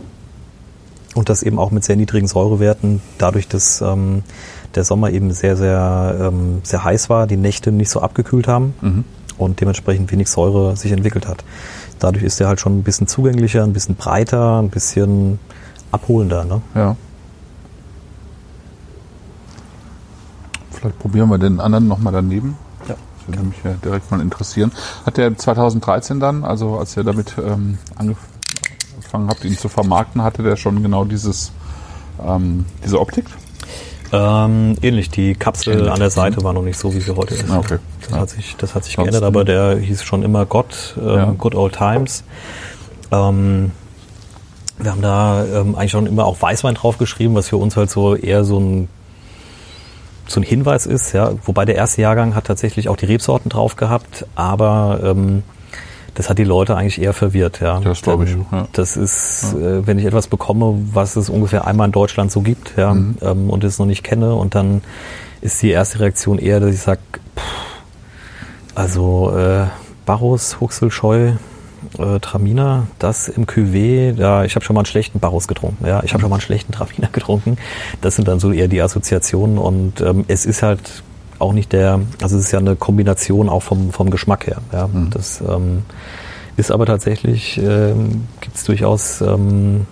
Und das eben auch mit sehr niedrigen Säurewerten, dadurch, dass ähm, der Sommer eben sehr, sehr, ähm, sehr heiß war, die Nächte nicht so abgekühlt haben mhm. und dementsprechend wenig Säure sich entwickelt hat. Dadurch ist der halt schon ein bisschen zugänglicher, ein bisschen breiter, ein bisschen abholender. Ne? Ja. Vielleicht probieren wir den anderen nochmal daneben. Ja. Das würde mich ja direkt mal interessieren. Hat der zweitausenddreizehn dann, also als er damit ähm, angefangen habt, ihn zu vermarkten, hatte der schon genau dieses ähm, diese Optik? Ähm, ähnlich. Die Kapsel ähnlich. An der Seite war noch nicht so, wie sie heute ist. Okay. Das ja. hat sich, das hat sich geändert, aber der hieß schon immer God, äh, ja. Good Old Times. Ähm, wir haben da ähm, eigentlich schon immer auch Weißwein draufgeschrieben, was für uns halt so eher so ein so ein Hinweis ist, ja. Wobei der erste Jahrgang hat tatsächlich auch die Rebsorten drauf gehabt, aber ähm, das hat die Leute eigentlich eher verwirrt, ja. Das glaube ich. Ja. Das ist, ja. äh, wenn ich etwas bekomme, was es ungefähr einmal in Deutschland so gibt, ja, mhm. ähm, und es noch nicht kenne, und dann ist die erste Reaktion eher, dass ich sage, also äh, Bacchus, Huxel, Scheu, äh, Traminer, das im Cuvée, da, ich habe schon mal einen schlechten Bacchus getrunken, ja, ich habe schon mal einen schlechten Traminer getrunken. Das sind dann so eher die Assoziationen und ähm, es ist halt auch nicht der, also es ist ja eine Kombination auch vom vom Geschmack her, ja. Mhm. Das ähm, ist aber tatsächlich, ähm, gibt es durchaus ähm,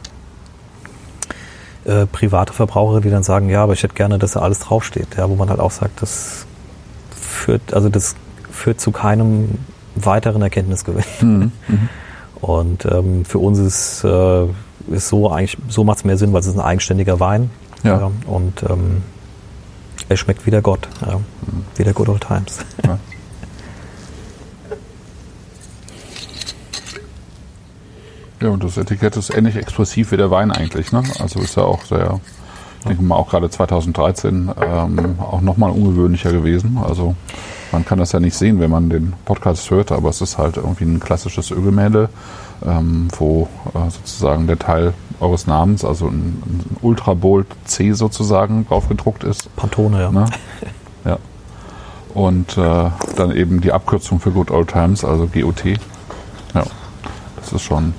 äh, private Verbraucher, die dann sagen, ja, aber ich hätte gerne, dass da alles draufsteht, ja, wo man halt auch sagt, das führt, also das führt zu keinem weiteren Erkenntnisgewinn. Mhm. Mhm. Und ähm, für uns ist, äh, ist so eigentlich, so macht es mehr Sinn, weil es ist ein eigenständiger Wein. Ja. Ja, und ähm, er schmeckt wie der Gott, ja, mhm. wie der Good Old Times. Ja. Ja, und das Etikett ist ähnlich expressiv wie der Wein eigentlich, ne? Also ist ja auch sehr, ich denke mal auch gerade zwanzig dreizehn ähm, auch nochmal ungewöhnlicher gewesen. Also man kann das ja nicht sehen, wenn man den Podcast hört, aber es ist halt irgendwie ein klassisches Ölgemälde, ähm, wo äh, sozusagen der Teil eures Namens, also ein, ein Ultra Bold C sozusagen drauf gedruckt ist. Pantone, ja. Ne? Ja. Und äh, dann eben die Abkürzung für Good Old Times, also G O T. Ja, das ist schon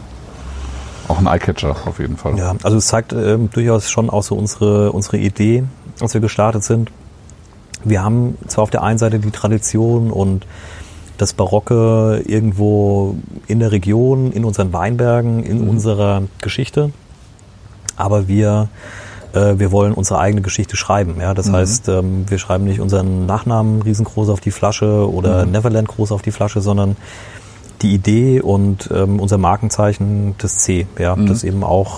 auch ein Eyecatcher auf jeden Fall. Ja, also es zeigt ähm, durchaus schon auch so unsere, unsere Idee, als wir gestartet sind. Wir haben zwar auf der einen Seite die Tradition und das Barocke irgendwo in der Region, in unseren Weinbergen, in mhm. unserer Geschichte, aber wir, äh, wir wollen unsere eigene Geschichte schreiben. Ja? Das mhm. heißt, ähm, wir schreiben nicht unseren Nachnamen riesengroß auf die Flasche oder mhm. Neverland groß auf die Flasche, sondern die Idee und ähm, unser Markenzeichen, das C, ja, mhm. das eben auch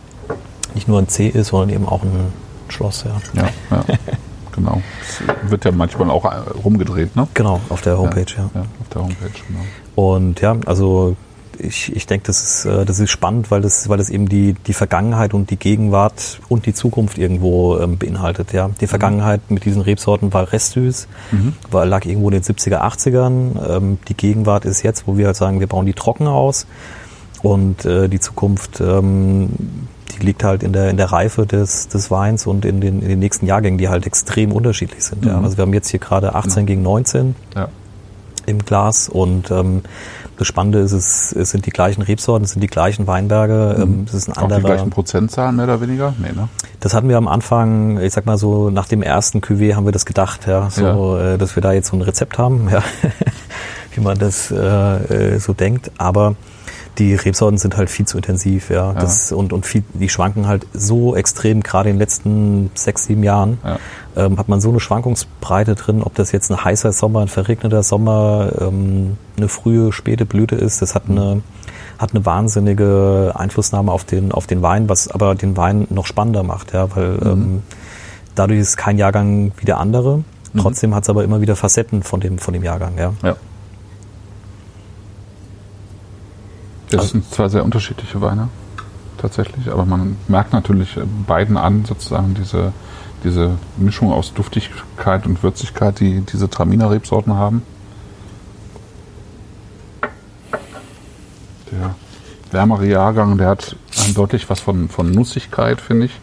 nicht nur ein C ist, sondern eben auch ein Schloss. Ja, ja, ja. Genau. Das wird ja manchmal auch rumgedreht, ne? Genau, auf der Homepage, ja. Ja, ja auf der Homepage, genau. Und ja, also ich, ich denke, das ist, das ist spannend, weil das, weil das eben die, die Vergangenheit und die Gegenwart und die Zukunft irgendwo ähm, beinhaltet, ja. Die Vergangenheit mhm. mit diesen Rebsorten war restsüß, mhm. war, lag irgendwo in den siebziger, achtzigern. Ähm, die Gegenwart ist jetzt, wo wir halt sagen, wir bauen die trocken aus. Und äh, die Zukunft, ähm, die liegt halt in der in der Reife des des Weins und in den in den nächsten Jahrgängen, die halt extrem unterschiedlich sind. Mhm. Ja. Also wir haben jetzt hier gerade achtzehn mhm. gegen neunzehn ja. im Glas und ähm, das Spannende ist, es, es sind die gleichen Rebsorten, es sind die gleichen Weinberge. Mhm. Ähm, es ist ein Auch anderer. Die gleichen Prozentzahlen mehr oder weniger? Nee, ne? Das hatten wir am Anfang, ich sag mal so, nach dem ersten Cuvée haben wir das gedacht, ja, so, ja. Äh, dass wir da jetzt so ein Rezept haben, ja, wie man das äh, so denkt. Aber die Rebsorten sind halt viel zu intensiv, ja. Das, ja. Und, und viel, die schwanken halt so extrem, gerade in den letzten sechs, sieben Jahren, ja. ähm, hat man so eine Schwankungsbreite drin, ob das jetzt ein heißer Sommer, ein verregneter Sommer, ähm, eine frühe, späte Blüte ist. Das hat eine, hat eine wahnsinnige Einflussnahme auf den, auf den Wein, was aber den Wein noch spannender macht, ja, weil mhm. ähm, dadurch ist kein Jahrgang wie der andere. Mhm. Trotzdem hat es aber immer wieder Facetten von dem, von dem Jahrgang, ja. ja. Das sind zwei sehr unterschiedliche Weine, tatsächlich, aber man merkt natürlich beiden an, sozusagen diese, diese Mischung aus Duftigkeit und Würzigkeit, die diese Traminer-Rebsorten haben. Der wärmere Jahrgang, der hat deutlich was von, von Nussigkeit, finde ich.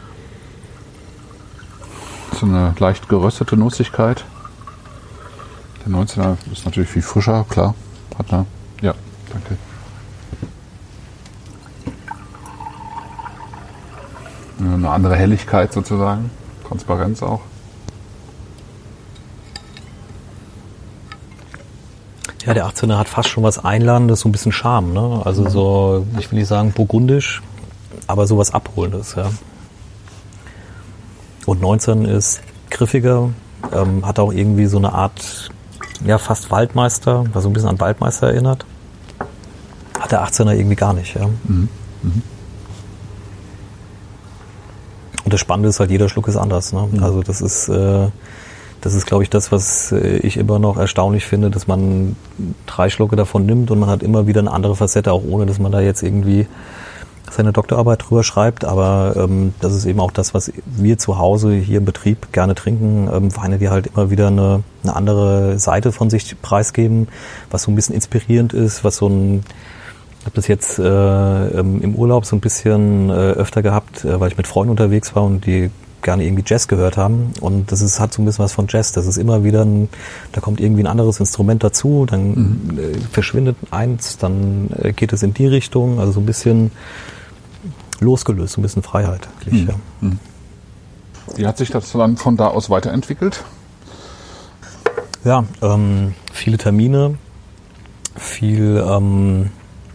So eine leicht geröstete Nussigkeit. Der neunzehner ist natürlich viel frischer, klar. Hat eine, ja, danke. Eine andere Helligkeit sozusagen, Transparenz auch. Ja, der achtzehner hat fast schon was Einladendes, so ein bisschen Charme, ne? Also so, ich will nicht sagen burgundisch, aber sowas Abholendes, ja. Und neunzehn ist griffiger, ähm, hat auch irgendwie so eine Art, ja, fast Waldmeister, was so ein bisschen an Waldmeister erinnert. Hat der achtzehner irgendwie gar nicht, ja. Mhm. Mhm. Und das Spannende ist halt, jeder Schluck ist anders. Ne? Mhm. Also das ist, äh, das ist, glaube ich, das, was ich immer noch erstaunlich finde, dass man drei Schlucke davon nimmt und man hat immer wieder eine andere Facette, auch ohne, dass man da jetzt irgendwie seine Doktorarbeit drüber schreibt. Aber ähm, das ist eben auch das, was wir zu Hause hier im Betrieb gerne trinken. Ähm, Weine, die halt immer wieder eine, eine andere Seite von sich preisgeben, was so ein bisschen inspirierend ist, was so ein Ich habe das jetzt äh, im Urlaub so ein bisschen äh, öfter gehabt, äh, weil ich mit Freunden unterwegs war und die gerne irgendwie Jazz gehört haben. Und das ist, hat so ein bisschen was von Jazz. Das ist immer wieder ein, da kommt irgendwie ein anderes Instrument dazu, dann mhm. äh, verschwindet eins, dann äh, geht es in die Richtung. Also so ein bisschen losgelöst, so ein bisschen Freiheit. Mhm. Ja. Mhm. Wie hat sich das dann von da aus weiterentwickelt? Ja, ähm, viele Termine, viel, ähm,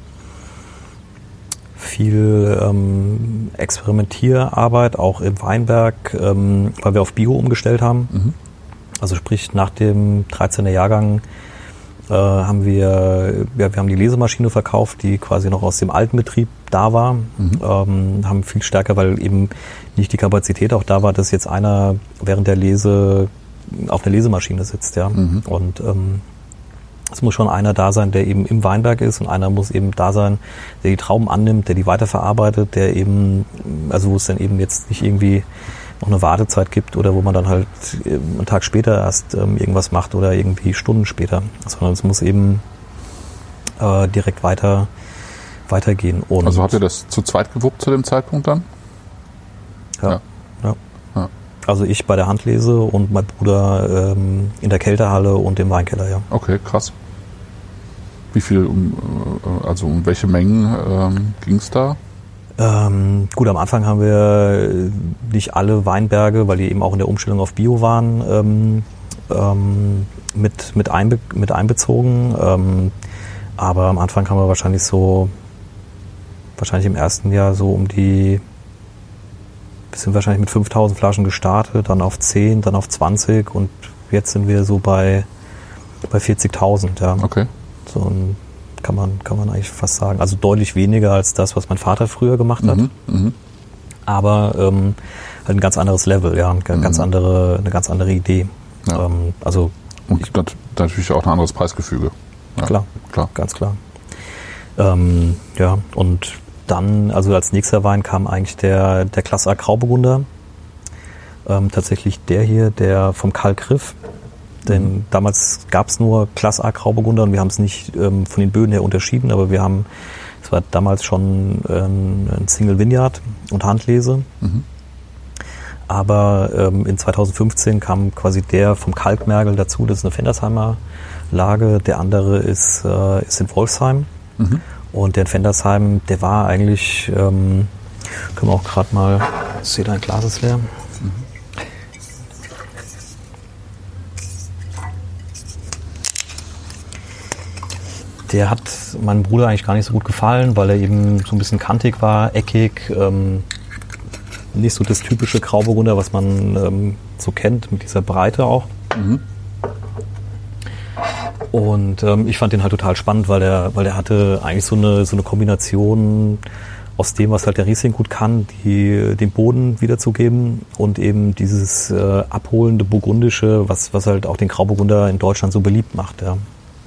viel ähm, Experimentierarbeit, auch im Weinberg, ähm, weil wir auf Bio umgestellt haben. Mhm. Also sprich, nach dem dreizehner Jahrgang äh, haben wir, ja, wir haben die Lesemaschine verkauft, die quasi noch aus dem alten Betrieb da war. Mhm. Ähm, haben viel stärker, weil eben nicht die Kapazität auch da war, dass jetzt einer während der Lese auf einer Lesemaschine sitzt, ja. Mhm. Und ähm, es muss schon einer da sein, der eben im Weinberg ist, und einer muss eben da sein, der die Trauben annimmt, der die weiterverarbeitet, der eben, also wo es dann eben jetzt nicht irgendwie noch eine Wartezeit gibt oder wo man dann halt einen Tag später erst ähm, irgendwas macht oder irgendwie Stunden später, sondern es muss eben äh, direkt weiter weitergehen. Und also habt ihr das zu zweit gewuppt zu dem Zeitpunkt dann? Ja. ja. ja. ja. Also ich bei der Handlese und mein Bruder ähm, in der Kältehalle und im Weinkeller, ja. Okay, krass. Wie viel, um, also um welche Mengen ähm, ging es da? Ähm, gut, am Anfang haben wir nicht alle Weinberge, weil die eben auch in der Umstellung auf Bio waren, ähm, ähm, mit, mit, einbe- mit einbezogen. Ähm, aber am Anfang haben wir wahrscheinlich so, wahrscheinlich im ersten Jahr so um die, wir sind wahrscheinlich mit fünftausend Flaschen gestartet, dann auf zehn, dann auf zwanzig und jetzt sind wir so bei, bei vierzigtausend, ja. Okay. So ein, kann man, kann man eigentlich fast sagen. Also deutlich weniger als das, was mein Vater früher gemacht hat. Mhm, mh. Aber ähm, halt ein ganz anderes Level, ja, eine ganz, mhm. andere, eine ganz andere Idee. Ja. Ähm, also und ich, natürlich auch ein anderes Preisgefüge. Ja, klar, klar, ganz klar. Ähm, ja, und dann, also als nächster Wein kam eigentlich der, der Classe A Grauburgunder. Ähm, tatsächlich der hier, der vom Karl Griff. Denn mhm. damals gab es nur Classe A Grauburgunder und wir haben es nicht ähm, von den Böden her unterschieden, aber wir haben, es war damals schon ein, ein Single Vineyard und Handlese. Mhm. Aber ähm, in zweitausendfünfzehn kam quasi der vom Kalkmergel dazu, das ist eine Fendersheimer Lage, der andere ist, äh, ist in Wolfsheim. Mhm. Und der in Fendersheim, der war eigentlich, ähm, können wir auch gerade mal, ich sehe, dein Glas ist leer. Mhm. Der hat meinem Bruder eigentlich gar nicht so gut gefallen, weil er eben so ein bisschen kantig war, eckig, ähm, nicht so das typische Grauburgunder, was man ähm, so kennt, mit dieser Breite auch. Mhm. Und ähm, ich fand den halt total spannend, weil der, weil der hatte eigentlich so eine, so eine Kombination aus dem, was halt der Riesling gut kann, die, den Boden wiederzugeben und eben dieses äh, abholende Burgundische, was, was halt auch den Grauburgunder in Deutschland so beliebt macht. Ja.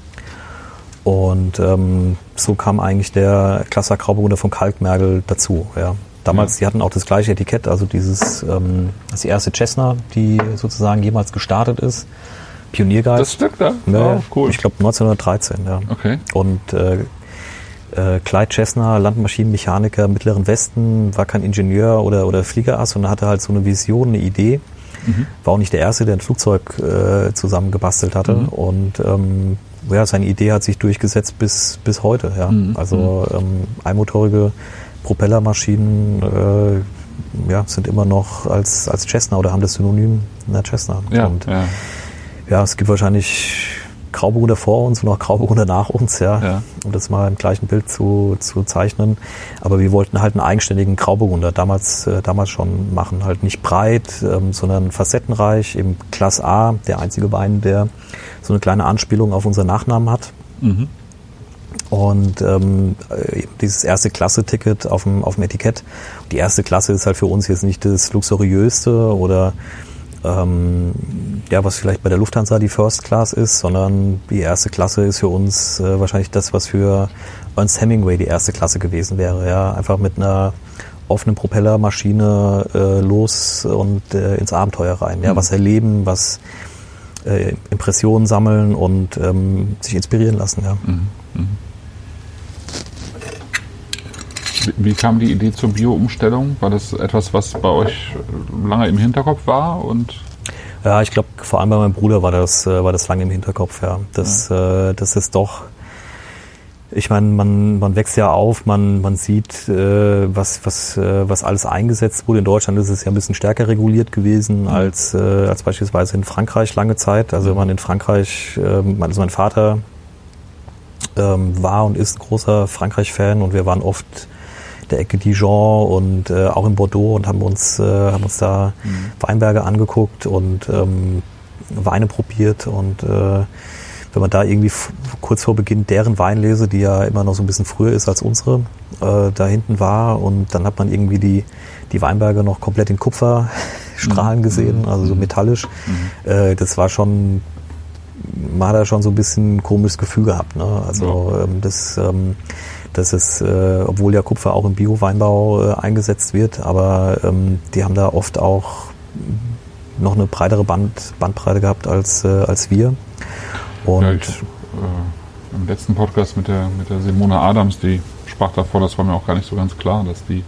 Und ähm, so kam eigentlich der Classe A Grauburgunder von Kalkmergel dazu. Ja. Damals, ja. Die hatten auch das gleiche Etikett, also dieses, ähm, das ist die erste Cessna, die sozusagen jemals gestartet ist. Pioniergeist. Das Stück da? Ja, oh, cool. Ich glaube neunzehnhundertdreizehn, ja. Okay. Und äh, äh, Clyde Cessna, Landmaschinenmechaniker Mittleren Westen, war kein Ingenieur oder, oder Fliegerass und hatte halt so eine Vision, eine Idee. Mhm. War auch nicht der Erste, der ein Flugzeug äh, zusammengebastelt hatte. Mhm. Und ähm, ja, seine Idee hat sich durchgesetzt bis, bis heute. Ja. Mhm. Also ähm, einmotorige Propellermaschinen äh, ja, sind immer noch als, als Cessna oder haben das Synonym einer Cessna. Ja, und, ja. Ja, es gibt wahrscheinlich Grauburgunder vor uns und auch Grauburgunder nach uns, ja, ja. Um das mal im gleichen Bild zu, zu zeichnen. Aber wir wollten halt einen eigenständigen Grauburgunder damals, äh, damals schon machen. Halt nicht breit, ähm, sondern facettenreich, eben Classe A, der einzige Wein, der so eine kleine Anspielung auf unseren Nachnamen hat. Mhm. Und ähm, dieses erste Klasse-Ticket auf dem, auf dem Etikett. Die erste Klasse ist halt für uns jetzt nicht das luxuriöste oder ähm, ja, was vielleicht bei der Lufthansa die First Class ist, sondern die erste Klasse ist für uns äh, wahrscheinlich das, was für Ernest Hemingway die erste Klasse gewesen wäre. Ja, einfach mit einer offenen Propellermaschine äh, los und äh, ins Abenteuer rein. Ja, mhm. Was erleben, was äh, Impressionen sammeln und ähm, sich inspirieren lassen. Ja. Mhm. Mhm. Wie kam die Idee zur Bio-Umstellung? War das etwas, was bei euch lange im Hinterkopf war? Und ja, ich glaube, vor allem bei meinem Bruder war das, war das lange im Hinterkopf, ja. Das, ja. Äh, das ist doch, ich meine, man, man wächst ja auf, man, man sieht, äh, was, was, äh, was alles eingesetzt wurde. In Deutschland ist es ja ein bisschen stärker reguliert gewesen mhm. als, äh, als beispielsweise in Frankreich lange Zeit. Also wenn man in Frankreich, äh, also mein Vater ähm, war und ist ein großer Frankreich-Fan und wir waren oft der Ecke Dijon und äh, auch in Bordeaux und haben uns, äh, haben uns da mhm. Weinberge angeguckt und ähm, Weine probiert und äh, wenn man da irgendwie f- kurz vor Beginn deren Weinlese, die ja immer noch so ein bisschen früher ist als unsere, äh, da hinten war und dann hat man irgendwie die, die Weinberge noch komplett in Kupferstrahlen mhm. gesehen, also so metallisch. Mhm. Äh, das war schon, man hat da schon so ein bisschen ein komisches Gefühl gehabt. Ne? Also ja. ähm, das... Ähm, Das ist, äh, obwohl ja Kupfer auch im Bio-Weinbau äh, eingesetzt wird, aber ähm, die haben da oft auch noch eine breitere Band, Bandbreite gehabt als, äh, als wir. Und ja, ich, äh, im letzten Podcast mit der, mit der Simone Adams, die sprach davor, das war mir auch gar nicht so ganz klar, dass die,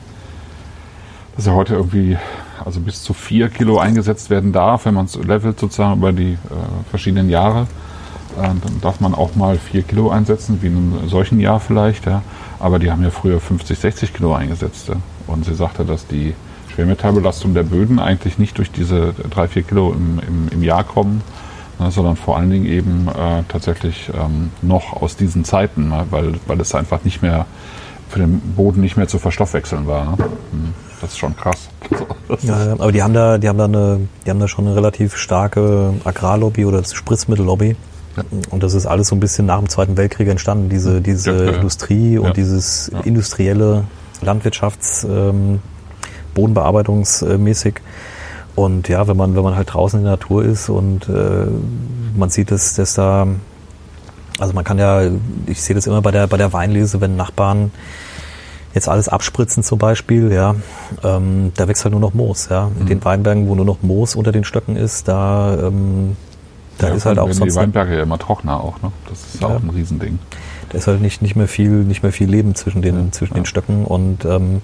dass ja heute irgendwie also bis zu vier Kilo eingesetzt werden darf, wenn man es levelt sozusagen über die äh, verschiedenen Jahre. Dann darf man auch mal vier Kilo einsetzen, wie in einem solchen Jahr vielleicht. Ja. Aber die haben ja früher fünfzig, sechzig Kilo eingesetzt. Ja. Und sie sagte, dass die Schwermetallbelastung der Böden eigentlich nicht durch diese drei, vier Kilo im, im, im Jahr kommen, ne, sondern vor allen Dingen eben äh, tatsächlich ähm, noch aus diesen Zeiten, ne, weil, weil es einfach nicht mehr für den Boden nicht mehr zu verstoffwechseln war. Ne. Das ist schon krass. Ja, aber die haben da, die haben da eine, die haben da schon eine relativ starke Agrarlobby oder Spritzmittellobby. Ja. Und das ist alles so ein bisschen nach dem Zweiten Weltkrieg entstanden, diese, diese ja, ja. Industrie und ja. dieses ja. industrielle Landwirtschafts-, ähm, Bodenbearbeitungsmäßig. Und ja, wenn man, wenn man halt draußen in der Natur ist und äh, man sieht, dass, dass da, also man kann ja, ich sehe das immer bei der, bei der Weinlese, wenn Nachbarn jetzt alles abspritzen zum Beispiel, ja, ähm, da wächst halt nur noch Moos, ja. In mhm. den Weinbergen, wo nur noch Moos unter den Stöcken ist, da, ähm, Da ja, ist halt auch sonst die Weinberge ja immer trockener auch, ne? Das ist ja auch ein Riesending. Da ist halt nicht, nicht mehr viel, nicht mehr viel Leben zwischen den, ja, zwischen ja. den Stöcken und ähm,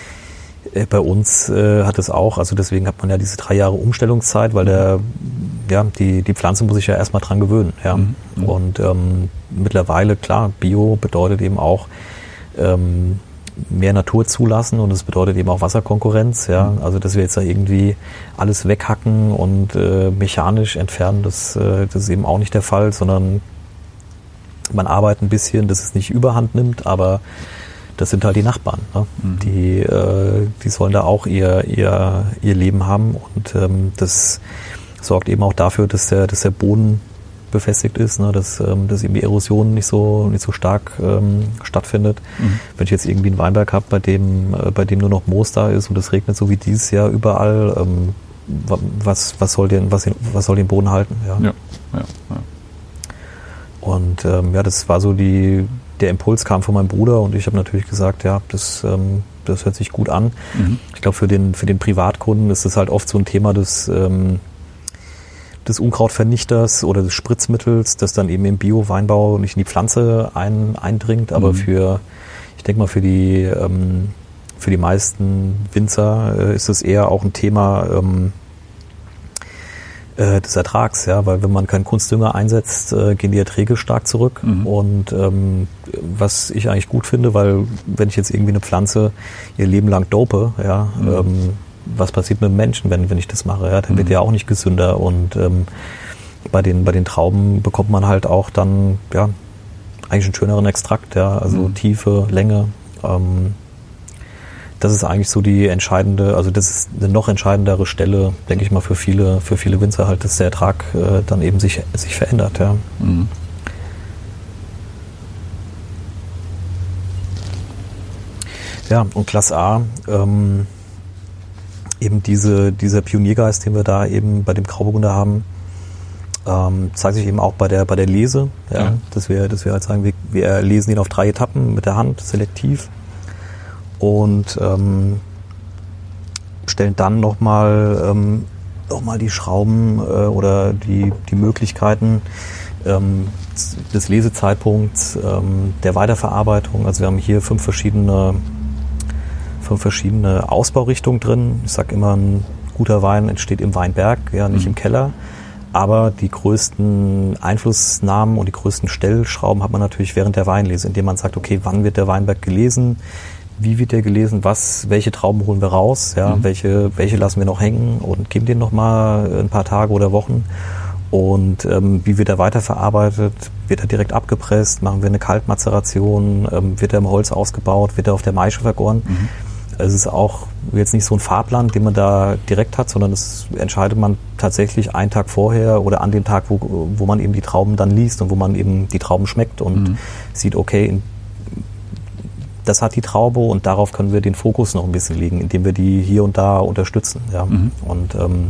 bei uns äh, hat es auch, also deswegen hat man ja diese drei Jahre Umstellungszeit, weil der, ja, die, die Pflanze muss sich ja erstmal dran gewöhnen, ja. Mhm. Und ähm, mittlerweile, klar, Bio bedeutet eben auch ähm, mehr Natur zulassen und es bedeutet eben auch Wasserkonkurrenz, ja, also dass wir jetzt da irgendwie alles weghacken und äh, mechanisch entfernen, das, äh, das ist eben auch nicht der Fall, sondern man arbeitet ein bisschen, dass es nicht Überhand nimmt, aber das sind halt die Nachbarn, ne? Mhm. die, äh, die sollen da auch ihr, ihr, ihr Leben haben und ähm, das sorgt eben auch dafür, dass der, dass der Boden befestigt ist, ne, dass, ähm, dass eben die Erosion nicht so nicht so stark ähm, stattfindet. Mhm. Wenn ich jetzt irgendwie einen Weinberg habe, bei dem äh, bei dem nur noch Moos da ist und es regnet so wie dieses Jahr überall, ähm, was was soll den was was soll den Boden halten? Ja. Ja, ja, ja. Und ähm, ja, das war so die der Impuls kam von meinem Bruder und ich habe natürlich gesagt, ja, das ähm, das hört sich gut an. Mhm. Ich glaube für den für den Privatkunden ist das halt oft so ein Thema des ähm, des Unkrautvernichters oder des Spritzmittels, das dann eben im Bio-Weinbau nicht in die Pflanze ein, eindringt, aber mhm. für, ich denke mal, für die, ähm, für die meisten Winzer äh, ist es eher auch ein Thema ähm, äh, des Ertrags, ja, weil wenn man keinen Kunstdünger einsetzt, äh, gehen die Erträge stark zurück mhm. und ähm, was ich eigentlich gut finde, weil wenn ich jetzt irgendwie eine Pflanze ihr Leben lang dope, ja, mhm. ähm, was passiert mit dem Menschen, wenn, wenn ich das mache? Ja? Dann mhm. wird der auch nicht gesünder und ähm, bei den, bei den Trauben bekommt man halt auch dann ja eigentlich einen schöneren Extrakt, ja, also mhm. Tiefe, Länge. Ähm, das ist eigentlich so die entscheidende, also das ist eine noch entscheidendere Stelle, denke ich mal, für viele, für viele Winzer halt, dass der Ertrag äh, dann eben sich, sich verändert, ja. Mhm. Ja, und Classe A, ähm, eben diese, dieser Pioniergeist, den wir da eben bei dem Grauburgunder haben, ähm, zeigt sich eben auch bei der, bei der Lese, ja, ja. Dass wir, dass wir halt sagen, wir, wir lesen ihn auf drei Etappen mit der Hand, selektiv und ähm, stellen dann nochmal ähm, noch mal die Schrauben äh, oder die, die Möglichkeiten ähm, des Lesezeitpunkts, ähm, der Weiterverarbeitung. Also wir haben hier fünf verschiedene fünf verschiedene Ausbaurichtungen drin. Ich sag immer, ein guter Wein entsteht im Weinberg, ja, nicht mhm. im Keller. Aber die größten Einflussnahmen und die größten Stellschrauben hat man natürlich während der Weinlese, indem man sagt, okay, wann wird der Weinberg gelesen? Wie wird der gelesen? Was, welche Trauben holen wir raus? Ja, mhm. welche, welche lassen wir noch hängen und geben den noch mal ein paar Tage oder Wochen? Und ähm, wie wird er weiterverarbeitet? Wird er direkt abgepresst? Machen wir eine Kaltmazeration? Ähm, wird er im Holz ausgebaut? Wird er auf der Maische vergoren? Mhm. Es ist auch jetzt nicht so ein Fahrplan, den man da direkt hat, sondern das entscheidet man tatsächlich einen Tag vorher oder an dem Tag, wo, wo man eben die Trauben dann liest und wo man eben die Trauben schmeckt und mhm. sieht, okay, in, das hat die Traube und darauf können wir den Fokus noch ein bisschen legen, indem wir die hier und da unterstützen. Ja. Mhm. Und ähm,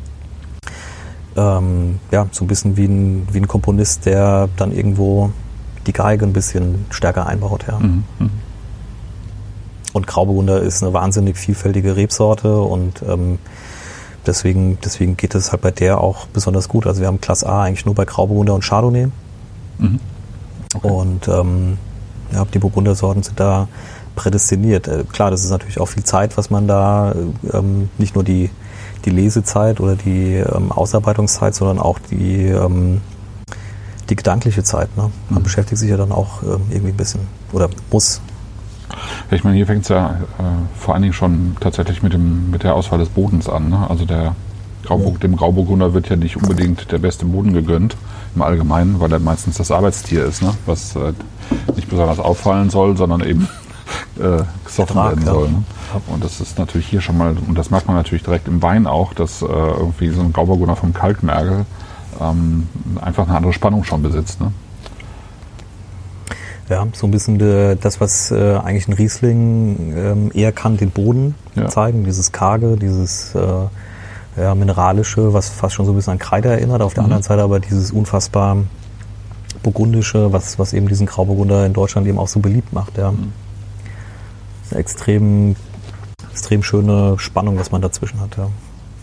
ähm, ja, so ein bisschen wie ein, wie ein Komponist, der dann irgendwo die Geige ein bisschen stärker einbaut. Ja. Mhm. Und Grauburgunder ist eine wahnsinnig vielfältige Rebsorte und ähm, deswegen, deswegen geht es halt bei der auch besonders gut. Also wir haben Class A eigentlich nur bei Grauburgunder und Chardonnay. Mhm. Okay. Und ähm, ja, die Burgundersorten sind da prädestiniert. Äh, klar, das ist natürlich auch viel Zeit, was man da, ähm, nicht nur die, die Lesezeit oder die ähm, Ausarbeitungszeit, sondern auch die, ähm, die gedankliche Zeit. Ne? Man mhm. beschäftigt sich ja dann auch ähm, irgendwie ein bisschen oder muss. Ich meine, hier fängt es ja äh, vor allen Dingen schon tatsächlich mit dem mit der Auswahl des Bodens an. Ne? Also der Grauburg, dem Grauburgunder wird ja nicht unbedingt der beste Boden gegönnt im Allgemeinen, weil er meistens das Arbeitstier ist, ne? Was äh, nicht besonders auffallen soll, sondern eben äh, gesoffen werden ja. soll. Ne? Und das ist natürlich hier schon mal, und das merkt man natürlich direkt im Wein auch, dass äh, irgendwie so ein Grauburgunder vom Kalkmergel ähm, einfach eine andere Spannung schon besitzt. Ne? Ja, so ein bisschen de, das, was äh, eigentlich ein Riesling ähm, eher kann, den Boden ja. zeigen, dieses Karge, dieses äh, ja, Mineralische, was fast schon so ein bisschen an Kreide erinnert, auf der mhm. anderen Seite aber dieses unfassbar Burgundische, was, was eben diesen Grauburgunder in Deutschland eben auch so beliebt macht. Ja. Mhm. Das ist eine extrem, extrem schöne Spannung, was man dazwischen hat. Ja.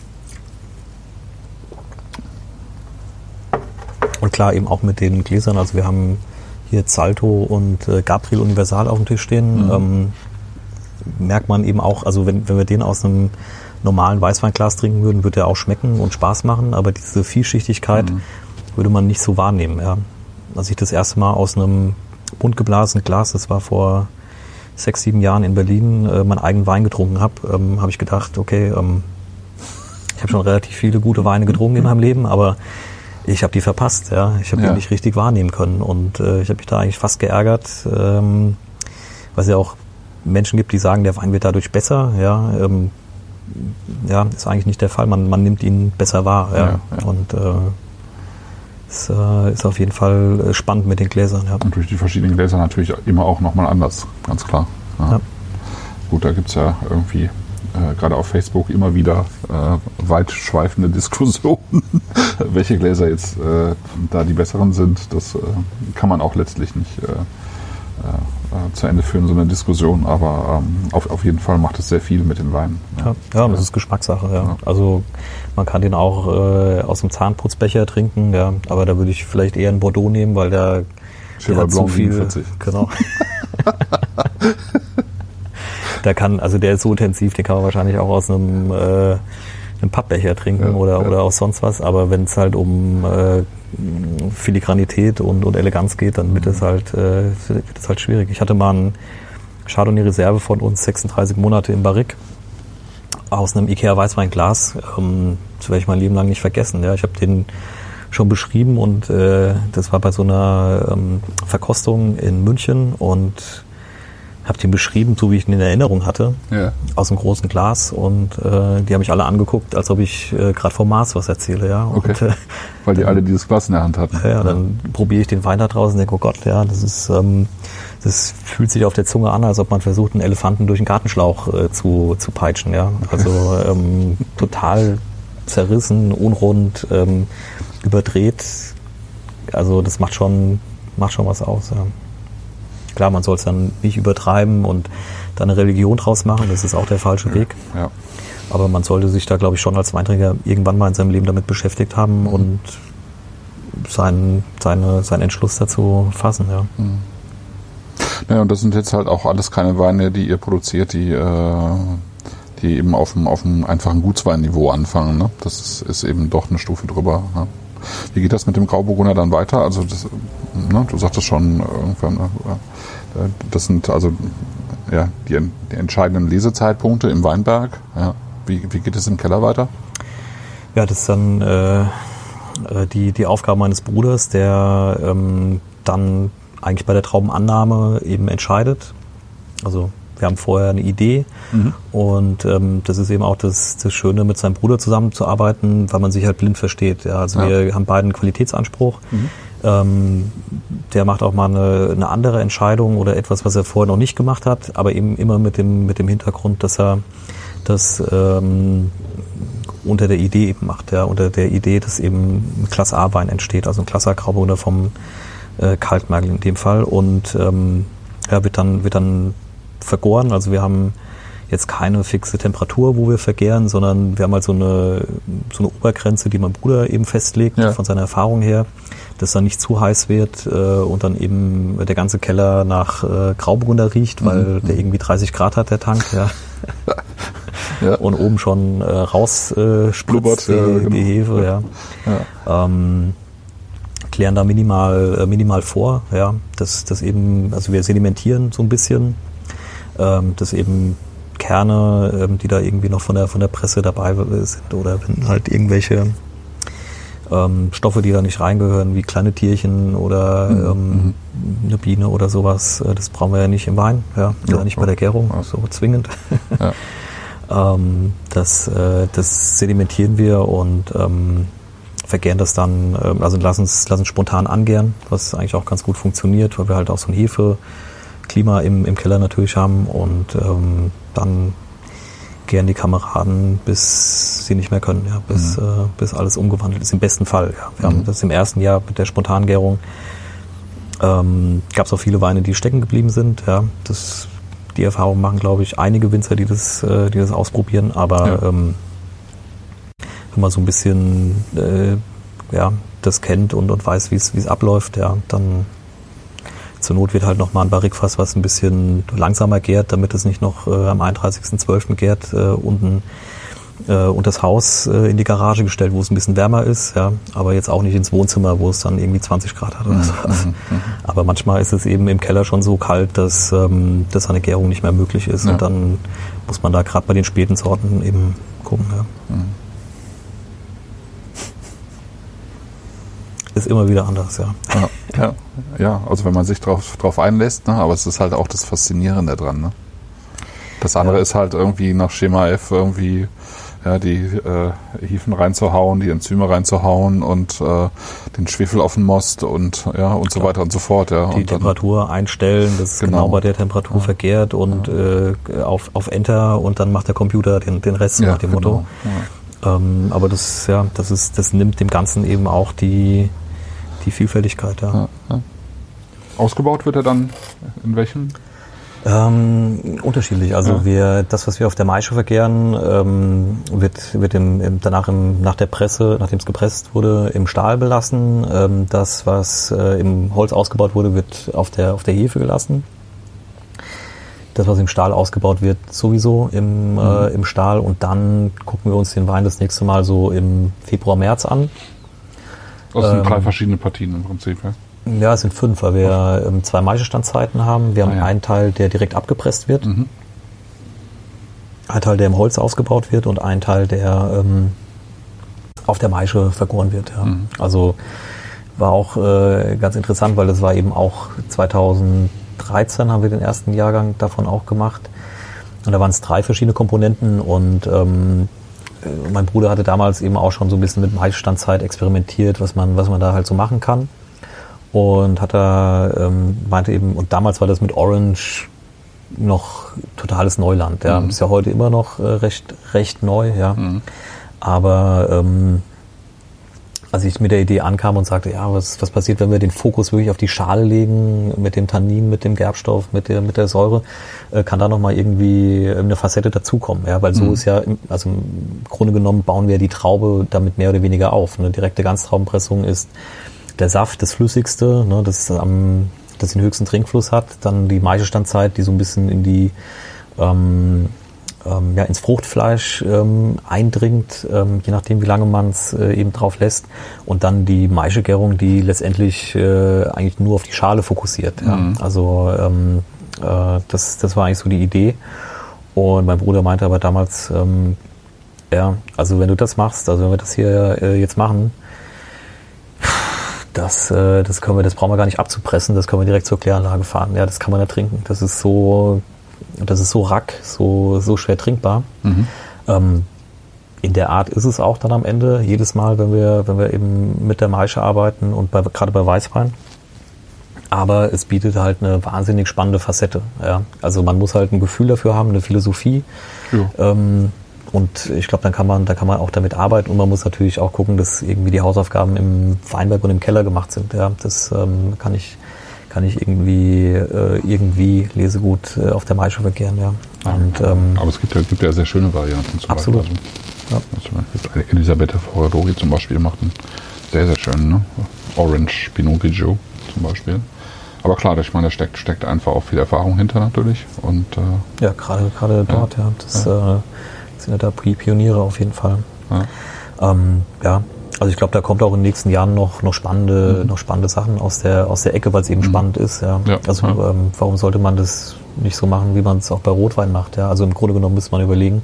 Und klar, eben auch mit den Gläsern, also wir haben hier Zalto und äh, Gabriel Universal auf dem Tisch stehen, mhm. ähm, merkt man eben auch, also wenn, wenn wir den aus einem normalen Weißweinglas trinken würden, würde er auch schmecken und Spaß machen, aber diese Vielschichtigkeit mhm. würde man nicht so wahrnehmen. Ja. Als ich das erste Mal aus einem bunt geblasenen Glas, das war vor sechs, sieben Jahren in Berlin, äh, meinen eigenen Wein getrunken habe, ähm, habe ich gedacht, okay, ähm, ich habe schon relativ viele gute Weine getrunken in meinem Leben, aber ich habe die verpasst, ja. Ich habe ja. die nicht richtig wahrnehmen können und äh, ich habe mich da eigentlich fast geärgert, ähm, weil es ja auch Menschen gibt, die sagen, der Wein wird dadurch besser, ja. Ähm, ja, ist eigentlich nicht der Fall. Man, man nimmt ihn besser wahr, ja. ja, ja. Und äh, es äh, ist auf jeden Fall spannend mit den Gläsern, ja. Und durch die verschiedenen Gläser natürlich immer auch nochmal anders, ganz klar. Ja. Ja. Gut, da gibt's ja irgendwie Äh, gerade auf Facebook immer wieder äh, weitschweifende Diskussionen, welche Gläser jetzt äh, da die besseren sind. Das äh, kann man auch letztlich nicht äh, äh, zu Ende führen, so eine Diskussion, aber ähm, auf, auf jeden Fall macht es sehr viel mit den Weinen. Ja, ja, ja das ist Geschmackssache. Ja. Ja. Also man kann den auch äh, aus dem Zahnputzbecher trinken, ja, aber da würde ich vielleicht eher einen Bordeaux nehmen, weil der, der hat zu viel. siebenundvierzig. Genau. Der kann, also der ist so intensiv, den kann man wahrscheinlich auch aus einem, äh, einem Pappbecher trinken ja, oder, ja. oder aus sonst was. Aber wenn es halt um äh, Filigranität und, und Eleganz geht, dann wird es mhm. halt, äh, wird es halt schwierig. Ich hatte mal einen Chardonnay Reserve von uns, sechsunddreißig Monate im Barrique, aus einem Ikea Weißweinglas. Ähm, das werde ich mein Leben lang nicht vergessen. Ja. Ich habe den schon beschrieben und äh, das war bei so einer ähm, Verkostung in München und habe den beschrieben, so wie ich ihn in Erinnerung hatte, ja. aus einem großen Glas und äh, die haben mich alle angeguckt, als ob ich äh, gerade vom Mars was erzähle, ja. Okay. Und, äh, weil die dann, alle dieses Glas in der Hand hatten. Ja, ja. Dann probiere ich den Wein da draußen und denke, oh Gott, ja, das ist, ähm, das fühlt sich auf der Zunge an, als ob man versucht, einen Elefanten durch einen Gartenschlauch äh, zu zu peitschen, ja. Okay. Also ähm, total zerrissen, unrund, ähm, überdreht. Also das macht schon macht schon was aus, ja. Klar, man soll es dann nicht übertreiben und da eine Religion draus machen, das ist auch der falsche Weg. Ja. Aber man sollte sich da, glaube ich, schon als Weintrinker irgendwann mal in seinem Leben damit beschäftigt haben mhm. und seinen, seine, seinen Entschluss dazu fassen. Ja. Ja, und das sind jetzt halt auch alles keine Weine, die ihr produziert, die, äh, die eben auf dem, auf dem einfachen Gutsweinniveau anfangen. Ne? Das ist, ist eben doch eine Stufe drüber. Ne? Wie geht das mit dem Grauburgunder dann weiter? Also das, ne, du sagtest schon irgendwann, das sind also ja, die, die entscheidenden Lesezeitpunkte im Weinberg. Ja. Wie, wie geht es im Keller weiter? Ja, das ist dann äh, die, die Aufgabe meines Bruders, der ähm, dann eigentlich bei der Traubenannahme eben entscheidet. Also wir haben vorher eine Idee mhm. und ähm, das ist eben auch das, das Schöne, mit seinem Bruder zusammenzuarbeiten, weil man sich halt blind versteht. Ja, also ja. wir haben beiden einen Qualitätsanspruch. Mhm. Ähm, der macht auch mal eine, eine andere Entscheidung oder etwas, was er vorher noch nicht gemacht hat, aber eben immer mit dem, mit dem Hintergrund, dass er das ähm, unter der Idee eben macht, ja, unter der Idee, dass eben ein Klasse A-Wein entsteht, also ein Klasse A-Grauburgunder vom äh, Kaltmergel in dem Fall und ähm, ja, wird dann, wird dann vergoren. Also wir haben jetzt keine fixe Temperatur, wo wir vergären, sondern wir haben halt so eine, so eine Obergrenze, die mein Bruder eben festlegt, ja. von seiner Erfahrung her, dass dann nicht zu heiß wird äh, und dann eben der ganze Keller nach äh, Grauburgunder riecht, weil mhm. der irgendwie dreißig Grad hat, der Tank, ja. ja. Und oben schon äh, raus äh, spritzt die, ja, genau. die Hefe, ja. ja. Ähm, klären da minimal, äh, minimal vor, ja, dass das eben, also wir sedimentieren so ein bisschen, ähm, dass eben Kerne, ähm, die da irgendwie noch von der von der Presse dabei sind oder wenn halt irgendwelche ähm, Stoffe, die da nicht reingehören, wie kleine Tierchen oder mhm. ähm, eine Biene oder sowas, äh, das brauchen wir ja nicht im Wein, ja, ja, nicht bei der Gärung, ja. so zwingend. Ja. ähm, das, äh, das sedimentieren wir und ähm, vergären das dann, äh, also lassen es lassen spontan angären, was eigentlich auch ganz gut funktioniert, weil wir halt auch so ein Hefe-Klima im, im Keller natürlich haben und ähm, dann gären die Kameraden, bis sie nicht mehr können, ja, bis, mhm. äh, bis alles umgewandelt ist, im besten Fall. Ja. Wir mhm. haben das im ersten Jahr mit der Spontangärung, ähm, gab es auch viele Weine, die stecken geblieben sind. Ja. Das, die Erfahrung machen, glaube ich, einige Winzer, die das, äh, die das ausprobieren, aber ja. ähm, wenn man so ein bisschen äh, ja, das kennt und, und weiß, wie es abläuft, ja, dann zur Not wird halt nochmal ein Barrikfass, was ein bisschen langsamer gärt, damit es nicht noch äh, am einunddreißigsten zwölften gärt, äh, unten äh, unter das Haus äh, in die Garage gestellt, wo es ein bisschen wärmer ist, ja, aber jetzt auch nicht ins Wohnzimmer, wo es dann irgendwie zwanzig Grad hat oder sowas. Mhm, mhm. Aber manchmal ist es eben im Keller schon so kalt, dass, ähm, dass eine Gärung nicht mehr möglich ist ja. und dann muss man da gerade bei den späten Sorten eben gucken. Ja. Mhm. Ist immer wieder anders, ja. Ja, ja, ja, also wenn man sich drauf, drauf einlässt, ne, aber es ist halt auch das Faszinierende dran. Ne? Das andere ja. ist halt irgendwie nach Schema F irgendwie ja, die äh, Hefen reinzuhauen, die Enzyme reinzuhauen und äh, den Schwefel auf den Most und ja und so Klar. weiter und so fort. Ja. Die und Temperatur dann, einstellen, dass es genau. genau bei der Temperatur ja. vergärt und ja. äh, auf, auf Enter und dann macht der Computer den, den Rest ja, nach dem genau. Motto. Ja. Ähm, aber das, ja, das ist, das nimmt dem Ganzen eben auch die die Vielfältigkeit, ja. Ja, ja. Ausgebaut wird er dann in welchem? Ähm, unterschiedlich. Also ja. wir, das, was wir auf der Maische vergären, ähm, wird, wird im, im, danach im, nach der Presse, nachdem es gepresst wurde, im Stahl belassen. Ähm, das, was äh, im Holz ausgebaut wurde, wird auf der, auf der Hefe gelassen. Das, was im Stahl ausgebaut wird, sowieso im, mhm. äh, im Stahl. Und dann gucken wir uns den Wein das nächste Mal so im Februar, März an. Das sind ähm, drei verschiedene Partien im Prinzip, ja? Ja, es sind fünf, weil wir ähm, zwei Maischestandzeiten haben. Wir haben ah, ja. einen Teil, der direkt abgepresst wird. Mhm. Ein Teil, der im Holz ausgebaut wird und ein Teil, der ähm, auf der Maische vergoren wird. Ja. Mhm. Also war auch äh, ganz interessant, weil das war eben auch zweitausenddreizehn haben wir den ersten Jahrgang davon auch gemacht. Und da waren es drei verschiedene Komponenten und ähm, mein Bruder hatte damals eben auch schon so ein bisschen mit Maischestandzeit experimentiert, was man, was man da halt so machen kann. Und hat da, ähm, meinte eben, und damals war das mit Orange noch totales Neuland. Ja. Mhm. Ist ja heute immer noch äh, recht, recht neu, ja. Mhm. Aber ähm, als ich mit der Idee ankam und sagte, ja, was, was passiert, wenn wir den Fokus wirklich auf die Schale legen, mit dem Tannin, mit dem Gerbstoff, mit der, mit der Säure, äh, kann da nochmal irgendwie eine Facette dazukommen, ja, weil so mhm. ist ja, im, also im Grunde genommen bauen wir die Traube damit mehr oder weniger auf. Eine direkte Ganztraubenpressung ist der Saft, das Flüssigste, ne, das ist am, dass sie den höchsten Trinkfluss hat, dann die Maischestandzeit, die so ein bisschen in die ähm, ähm, ja, ins Fruchtfleisch ähm, eindringt, ähm, je nachdem wie lange man es äh, eben drauf lässt, und dann die Maischegärung, die letztendlich äh, eigentlich nur auf die Schale fokussiert. Ja. Mhm. Also ähm, äh, das, das war eigentlich so die Idee. Und mein Bruder meinte aber damals, ähm, ja, also wenn du das machst, also wenn wir das hier äh, jetzt machen, das, äh, das können wir, das brauchen wir gar nicht abzupressen, das können wir direkt zur Kläranlage fahren. Ja, das kann man da trinken. Das ist so, das ist so rack, so, so schwer trinkbar. Mhm. Ähm, in der Art ist es auch dann am Ende, jedes Mal, wenn wir, wenn wir eben mit der Maische arbeiten und bei, gerade bei Weißwein. Aber es bietet halt eine wahnsinnig spannende Facette. Ja. Also man muss halt ein Gefühl dafür haben, eine Philosophie. Ja. Ähm, und ich glaube, dann kann man, da kann man auch damit arbeiten, und man muss natürlich auch gucken, dass irgendwie die Hausaufgaben im Weinberg und im Keller gemacht sind. Ja. Das ähm, kann ich, kann ich irgendwie, äh, irgendwie Lesegut äh, auf der Maische verkehren. Ja. Und, ähm, aber es gibt ja, gibt ja sehr schöne Varianten. Zum absolut. Beispiel. Also, ja. Elisabetta Foradori zum Beispiel macht einen sehr, sehr schönen, ne? Orange Pinot Grigio zum Beispiel. Aber klar, ich meine, da steckt, steckt einfach auch viel Erfahrung hinter natürlich. Und, äh, ja, gerade gerade dort, ja. ja. Das ja. Äh, sind ja da Pioniere auf jeden Fall. Ja, ähm, ja. Also ich glaube, da kommt auch in den nächsten Jahren noch, noch, spannende, mhm. noch spannende Sachen aus der, aus der Ecke, weil es eben mhm. spannend ist. Ja. Ja. Also ja. Ähm, warum sollte man das nicht so machen, wie man es auch bei Rotwein macht? Ja? Also im Grunde genommen müsste man überlegen,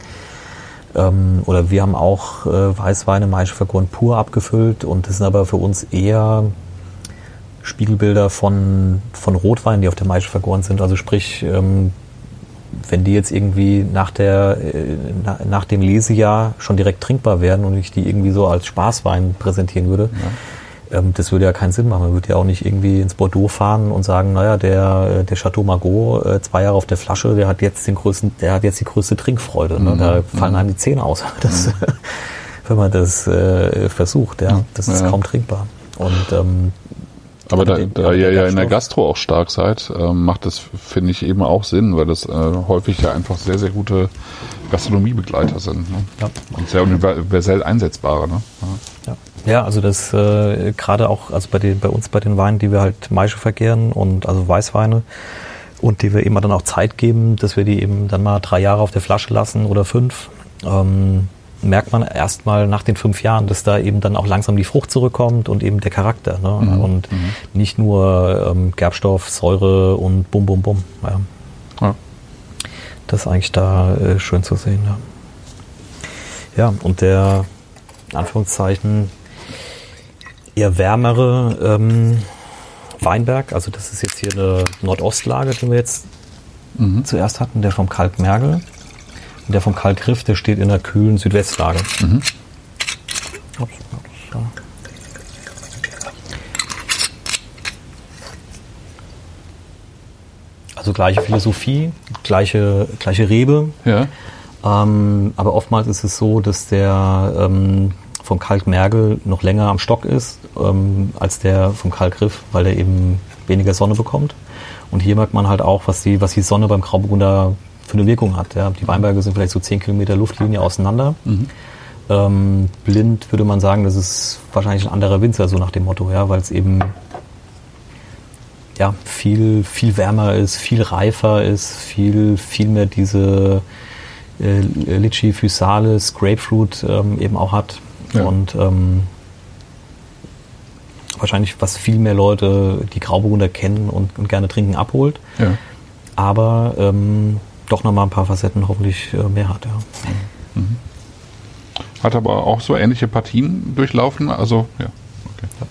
ähm, oder wir haben auch äh, Weißweine, Maischevergoren pur abgefüllt, und das sind aber für uns eher Spiegelbilder von, von Rotweinen, die auf der Maische vergoren sind. Also sprich, ähm, wenn die jetzt irgendwie nach, der, äh, na, nach dem Lesejahr schon direkt trinkbar werden und ich die irgendwie so als Spaßwein präsentieren würde, ja. ähm, das würde ja keinen Sinn machen. Man würde ja auch nicht irgendwie ins Bordeaux fahren und sagen, naja, der, der Chateau Margaux, äh, zwei Jahre auf der Flasche, der hat jetzt den größten, der hat jetzt die größte Trinkfreude. Mhm. Ne? Da fallen mhm. einem die Zähne aus, das, mhm. wenn man das äh, versucht. Ja, das ist ja. kaum trinkbar. Und ähm, aber da, da ihr ja in der Gastro auch stark seid, äh, macht das, finde ich, eben auch Sinn, weil das äh, häufig ja einfach sehr, sehr gute Gastronomiebegleiter sind. Ne? Ja. Und sehr universell einsetzbare. Ne? Ja. Ja. ja, also das äh, gerade auch, also bei, den, bei uns bei den Weinen, die wir halt Maische verkehren, und also Weißweine, und die wir eben dann auch Zeit geben, dass wir die eben dann mal drei Jahre auf der Flasche lassen oder fünf, ähm, merkt man erst mal nach den fünf Jahren, dass da eben dann auch langsam die Frucht zurückkommt und eben der Charakter. Ne? Mhm. Und mhm. nicht nur ähm, Gerbstoff, Säure und bum, bum, bum. Ja. Ja. Das ist eigentlich da äh, schön zu sehen. Ja, ja, und der, in Anführungszeichen, eher wärmere ähm, Weinberg, also das ist jetzt hier eine Nordostlage, die wir jetzt mhm. zuerst hatten, der vom Kalkmergel. Der vom Kalkriff, der steht in der kühlen Südwestlage. Mhm. Ups, so. Also gleiche Philosophie, gleiche, gleiche Rebe. Ja. Ähm, aber oftmals ist es so, dass der ähm, vom Kalkmergel noch länger am Stock ist ähm, als der vom Kalkriff, weil der eben weniger Sonne bekommt. Und hier merkt man halt auch, was die, was die Sonne beim Grauburgunder für eine Wirkung hat. Ja. Die Weinberge sind vielleicht so zehn Kilometer Luftlinie auseinander. Mhm. Ähm, blind würde man sagen, das ist wahrscheinlich ein anderer Winzer, so nach dem Motto, ja, weil es eben ja, viel, viel wärmer ist, viel reifer ist, viel, viel mehr diese äh, Litchi, Physalis, Grapefruit ähm, eben auch hat. Ja. Und ähm, wahrscheinlich, was viel mehr Leute, die Grauburgunder kennen und, und gerne trinken, abholt. Ja. Aber ähm, doch nochmal ein paar Facetten hoffentlich äh, mehr hat. Ja. Mhm. Hat aber auch so ähnliche Partien durchlaufen, also ja. Okay. Ja.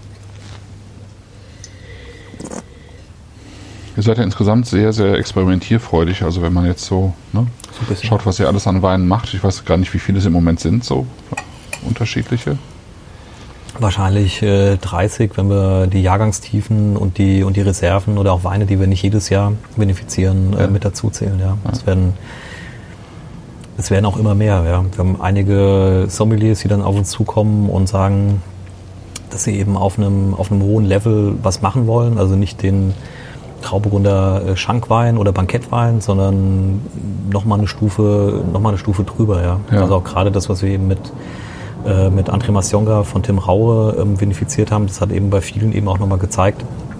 Ihr seid ja insgesamt sehr, sehr experimentierfreudig, also wenn man jetzt so, ne, so schaut, was ihr alles an Weinen macht, ich weiß gar nicht, wie viele es im Moment sind, so unterschiedliche. Wahrscheinlich äh, dreißig, wenn wir die Jahrgangstiefen und die und die Reserven oder auch Weine, die wir nicht jedes Jahr benefizieren, äh, ja. mit dazu zählen. Ja. Ja. Es werden, es werden auch immer mehr. Ja. Wir haben einige Sommeliers, die dann auf uns zukommen und sagen, dass sie eben auf einem auf einem hohen Level was machen wollen, also nicht den Grauburgunder Schankwein oder Bankettwein, sondern nochmal eine Stufe, noch mal eine Stufe drüber. Ja. Ja. Also auch gerade das, was wir eben mit mit André Massionga von Tim Raue ähm, vinifiziert haben, das hat eben bei vielen eben auch nochmal gezeigt,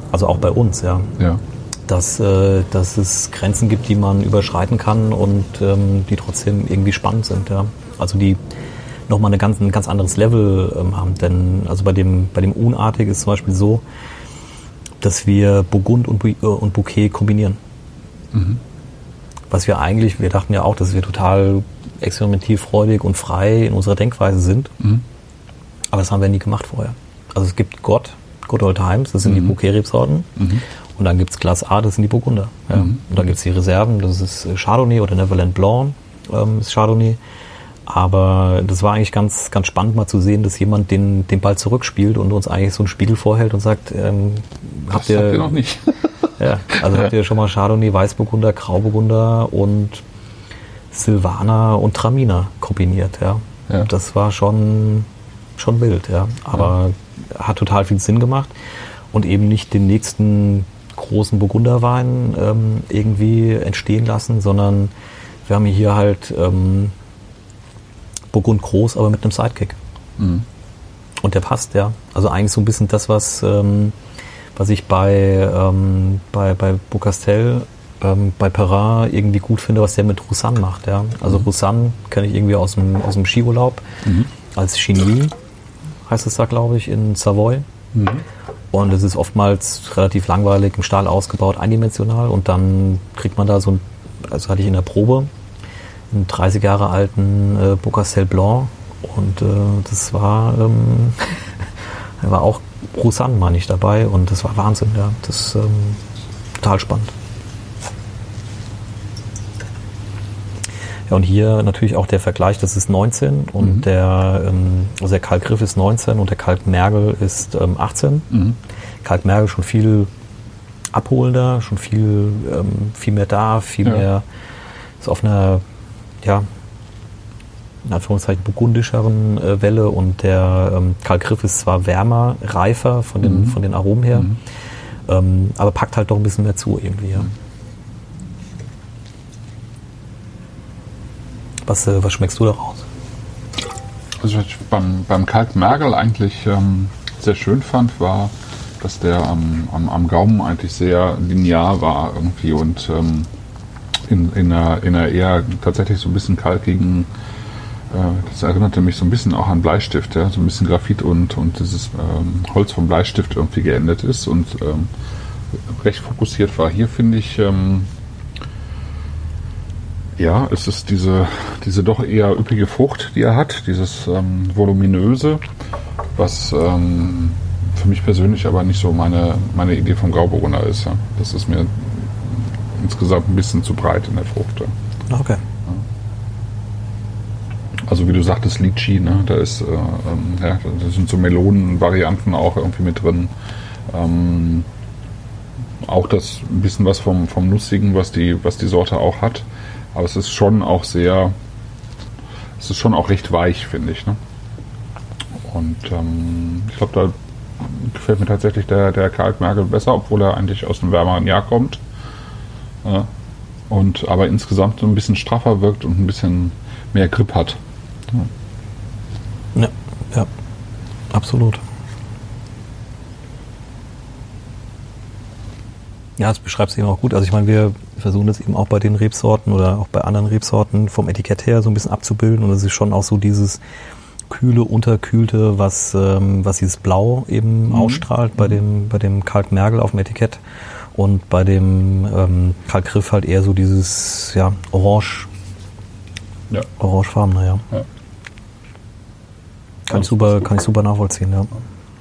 Also auch bei uns, ja. Ja. Dass, äh, dass es Grenzen gibt, die man überschreiten kann und ähm, die trotzdem irgendwie spannend sind, ja. Also die nochmal eine ganz, ein ganz anderes Level ähm, haben. Denn also bei dem, bei dem Unartig ist zum Beispiel so, dass wir Burgund und, Bu- und Bouquet kombinieren. Mhm. Was wir eigentlich, wir dachten ja auch, dass wir total experimentierfreudig und frei in unserer Denkweise sind. Mhm. Aber das haben wir nie gemacht vorher. Also es gibt Gott, Good Old Times, das sind mhm. die Bouquet-Rebsorten. Mhm. Und dann gibt es Glas A, das sind die Burgunder. Ja. Mhm. Und dann gibt es die Reserven, das ist Chardonnay oder Neverland Blanc, ähm, ist Chardonnay. Aber das war eigentlich ganz, ganz spannend mal zu sehen, dass jemand den, den Ball zurückspielt und uns eigentlich so einen Spiegel vorhält und sagt, ähm, habt das ihr, habt ihr noch nicht. Ja, also habt ihr schon mal Chardonnay, Weißburgunder, Grauburgunder und Silvaner und Traminer kombiniert, ja. ja. Das war schon, schon wild, ja. Aber ja. hat total viel Sinn gemacht und eben nicht den nächsten großen Burgunderwein ähm, irgendwie entstehen lassen, sondern wir haben hier halt ähm, Burgund groß, aber mit einem Sidekick. Mhm. Und der passt, ja. Also eigentlich so ein bisschen das, was, ähm, was ich bei, ähm, bei, bei Beaucastel, ähm, bei Perrin irgendwie gut finde, was der mit Roussanne macht, ja. Also mhm. Roussanne kenne ich irgendwie aus dem, aus dem Skiurlaub mhm. als Chigny, heißt es da, glaube ich, in Savoy. Mhm. Und es ist oftmals relativ langweilig im Stahl ausgebaut, eindimensional. Und dann kriegt man da so ein, also hatte ich in der Probe, einen dreißig Jahre alten äh, Beaucastel Blanc. Und äh, das war, ähm, da war auch Roussanne, meine ich, dabei. Und das war Wahnsinn, ja. Das ist ähm, total spannend. Ja, und hier natürlich auch der Vergleich, das ist neunzehn und mhm. der, ähm, also der Kalkgriff ist neunzehn und der Kalkmergel ist ähm, achtzehn. Mhm. Kalkmergel schon viel abholender, schon viel, ähm, viel mehr da, viel ja. mehr, ist auf einer, ja, in Anführungszeichen burgundischeren äh, Welle und der ähm, Kalkgriff ist zwar wärmer, reifer von den, mhm. von den Aromen her, mhm. ähm, aber packt halt doch ein bisschen mehr zu irgendwie, ja. Mhm. Was, äh, was schmeckst du daraus? Also was ich beim, beim Kalkmergel eigentlich ähm, sehr schön fand, war, dass der ähm, am, am Gaumen eigentlich sehr linear war irgendwie und ähm, in, in, einer, in einer eher tatsächlich so ein bisschen kalkigen, äh, das erinnerte mich so ein bisschen auch an Bleistift, ja? So ein bisschen Graphit und, und dieses ähm, Holz vom Bleistift irgendwie geendet ist und ähm, recht fokussiert war. Hier finde ich, ähm, ja, es ist diese, diese doch eher üppige Frucht, die er hat, dieses ähm, voluminöse, was ähm, für mich persönlich aber nicht so meine, meine Idee vom Grauburgunder ist. Ja. Das ist mir insgesamt ein bisschen zu breit in der Frucht. Ja. Okay. Also wie du sagtest, Litchi, ne, da ist, äh, ähm, ja, da sind so Melonen-Varianten auch irgendwie mit drin. Ähm, auch das ein bisschen was vom, vom Nussigen, was die, was die Sorte auch hat. Aber es ist schon auch sehr, es ist schon auch recht weich, finde ich. Ne? Und ähm, ich glaube, da gefällt mir tatsächlich der, der Kalkmergel besser, obwohl er eigentlich aus einem wärmeren Jahr kommt. Ja. Und aber insgesamt so ein bisschen straffer wirkt und ein bisschen mehr Grip hat. Ja, ja, ja, absolut. Ja, das beschreibt es eben auch gut. Also ich meine, wir versuchen das eben auch bei den Rebsorten oder auch bei anderen Rebsorten vom Etikett her so ein bisschen abzubilden. Und es ist schon auch so dieses kühle, unterkühlte, was, ähm, was dieses Blau eben mhm. ausstrahlt bei dem, bei dem Kalkmergel auf dem Etikett. Und bei dem ähm, Kalkgriff halt eher so dieses, ja, Orange, ja. Orangefarbene, ja. ja. Kann ich super, kann ich super nachvollziehen, ja.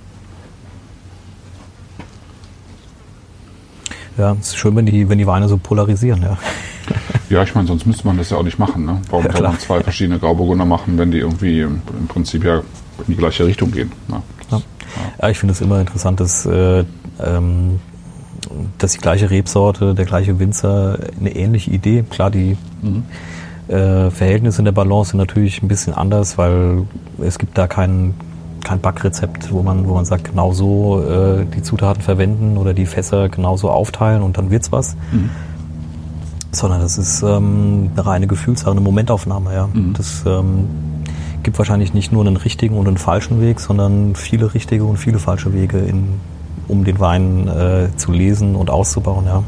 Ja, es ist schön, wenn die, wenn die Weine so polarisieren, ja. Ja, ich meine, sonst müsste man das ja auch nicht machen, ne? Warum ja, soll man zwei verschiedene Grauburgunder machen, wenn die irgendwie im, im Prinzip ja in die gleiche Richtung gehen? Ne? Ja. Ja. Ja, ich finde es immer interessant, dass, äh, ähm, dass die gleiche Rebsorte, der gleiche Winzer eine ähnliche Idee, klar, die mhm. äh, Verhältnisse in der Balance sind natürlich ein bisschen anders, weil es gibt da keinen kein Backrezept, wo man, wo man sagt, genau so äh, die Zutaten verwenden oder die Fässer genauso aufteilen und dann wird's was. Mhm. Sondern das ist ähm, eine reine Gefühlssache, eine Momentaufnahme, ja. Mhm. Das ähm, gibt wahrscheinlich nicht nur einen richtigen und einen falschen Weg, sondern viele richtige und viele falsche Wege in, um den Wein äh, zu lesen und auszubauen, ja.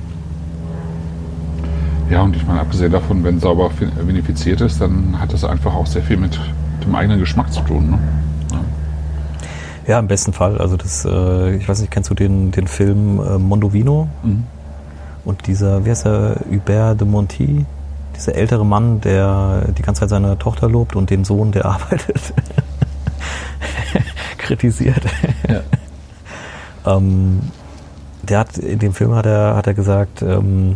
Ja, und ich meine, abgesehen davon, wenn sauber vinifiziert ist, dann hat das einfach auch sehr viel mit dem eigenen Geschmack zu tun, ne? Ja. Ja, im besten Fall. Also das, äh, ich weiß nicht, kennst du den, den Film äh, Mondovino? Mhm. Und dieser, wie heißt er, Hubert de Monti, dieser ältere Mann, der die ganze Zeit seine Tochter lobt und den Sohn, der arbeitet, kritisiert. Ja. ähm, der hat, in dem Film hat er, hat er gesagt, ähm,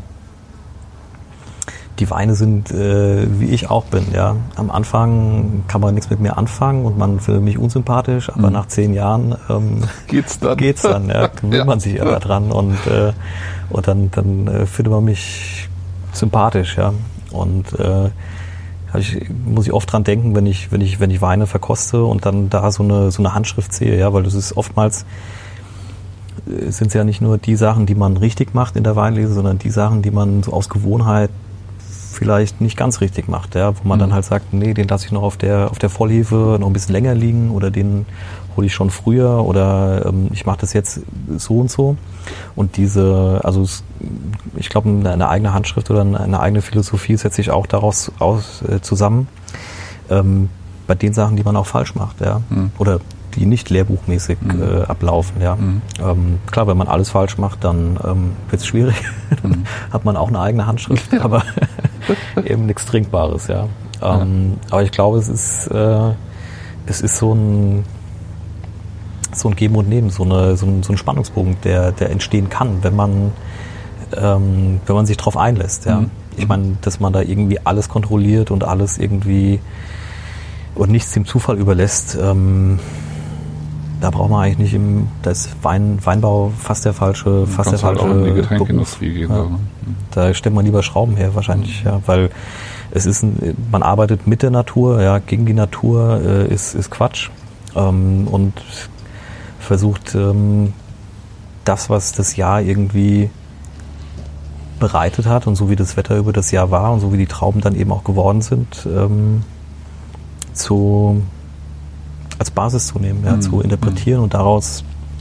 die Weine sind, äh, wie ich auch bin, ja. Am Anfang kann man nichts mit mir anfangen und man findet mich unsympathisch, aber mhm. nach zehn Jahren ähm, geht's dann. Geht's dann, ja. Gewöhnt ja. man sich aber dran und, äh, und dann, dann äh, findet man mich sympathisch, ja. Und äh, ich, muss ich oft dran denken, wenn ich, wenn ich, wenn ich Weine verkoste und dann da so eine, so eine Handschrift sehe, ja, weil das ist oftmals sind es ja nicht nur die Sachen, die man richtig macht in der Weinlese, sondern die Sachen, die man so aus Gewohnheit vielleicht nicht ganz richtig macht, ja, wo man mhm. dann halt sagt, nee, den lasse ich noch auf der auf der Vollhefe noch ein bisschen länger liegen oder den hole ich schon früher oder ähm, ich mache das jetzt so und so. Und diese, also ich glaube, eine, eine eigene Handschrift oder eine, eine eigene Philosophie setzt sich auch daraus aus, äh, zusammen, ähm, bei den Sachen, die man auch falsch macht, ja, mhm. oder die nicht lehrbuchmäßig mhm. äh, ablaufen, ja. Mhm. Ähm, klar, wenn man alles falsch macht, dann ähm, wird es schwierig. Dann mhm. hat man auch eine eigene Handschrift, aber eben nichts Trinkbares, ja. Ähm, ja. Aber ich glaube, es ist äh, es ist so ein so ein Geben und Nehmen, so, eine, so, ein, so ein Spannungsbogen, der, der entstehen kann, wenn man ähm, wenn man sich drauf einlässt, ja. Mhm. Ich meine, dass man da irgendwie alles kontrolliert und alles irgendwie und nichts dem Zufall überlässt, ähm, da braucht man eigentlich nicht im, da ist Wein, Weinbau fast der falsche, fast der falsche halt auch in die Getränkeindustrie gehen. Ja. Da stellt man lieber Schrauben her wahrscheinlich, mhm. ja, weil es ist, ein, man arbeitet mit der Natur, ja, gegen die Natur äh, ist, ist Quatsch ähm, und versucht ähm, das, was das Jahr irgendwie bereitet hat und so wie das Wetter über das Jahr war und so wie die Trauben dann eben auch geworden sind, ähm, zu als Basis zu nehmen, ja, mhm. zu interpretieren und daraus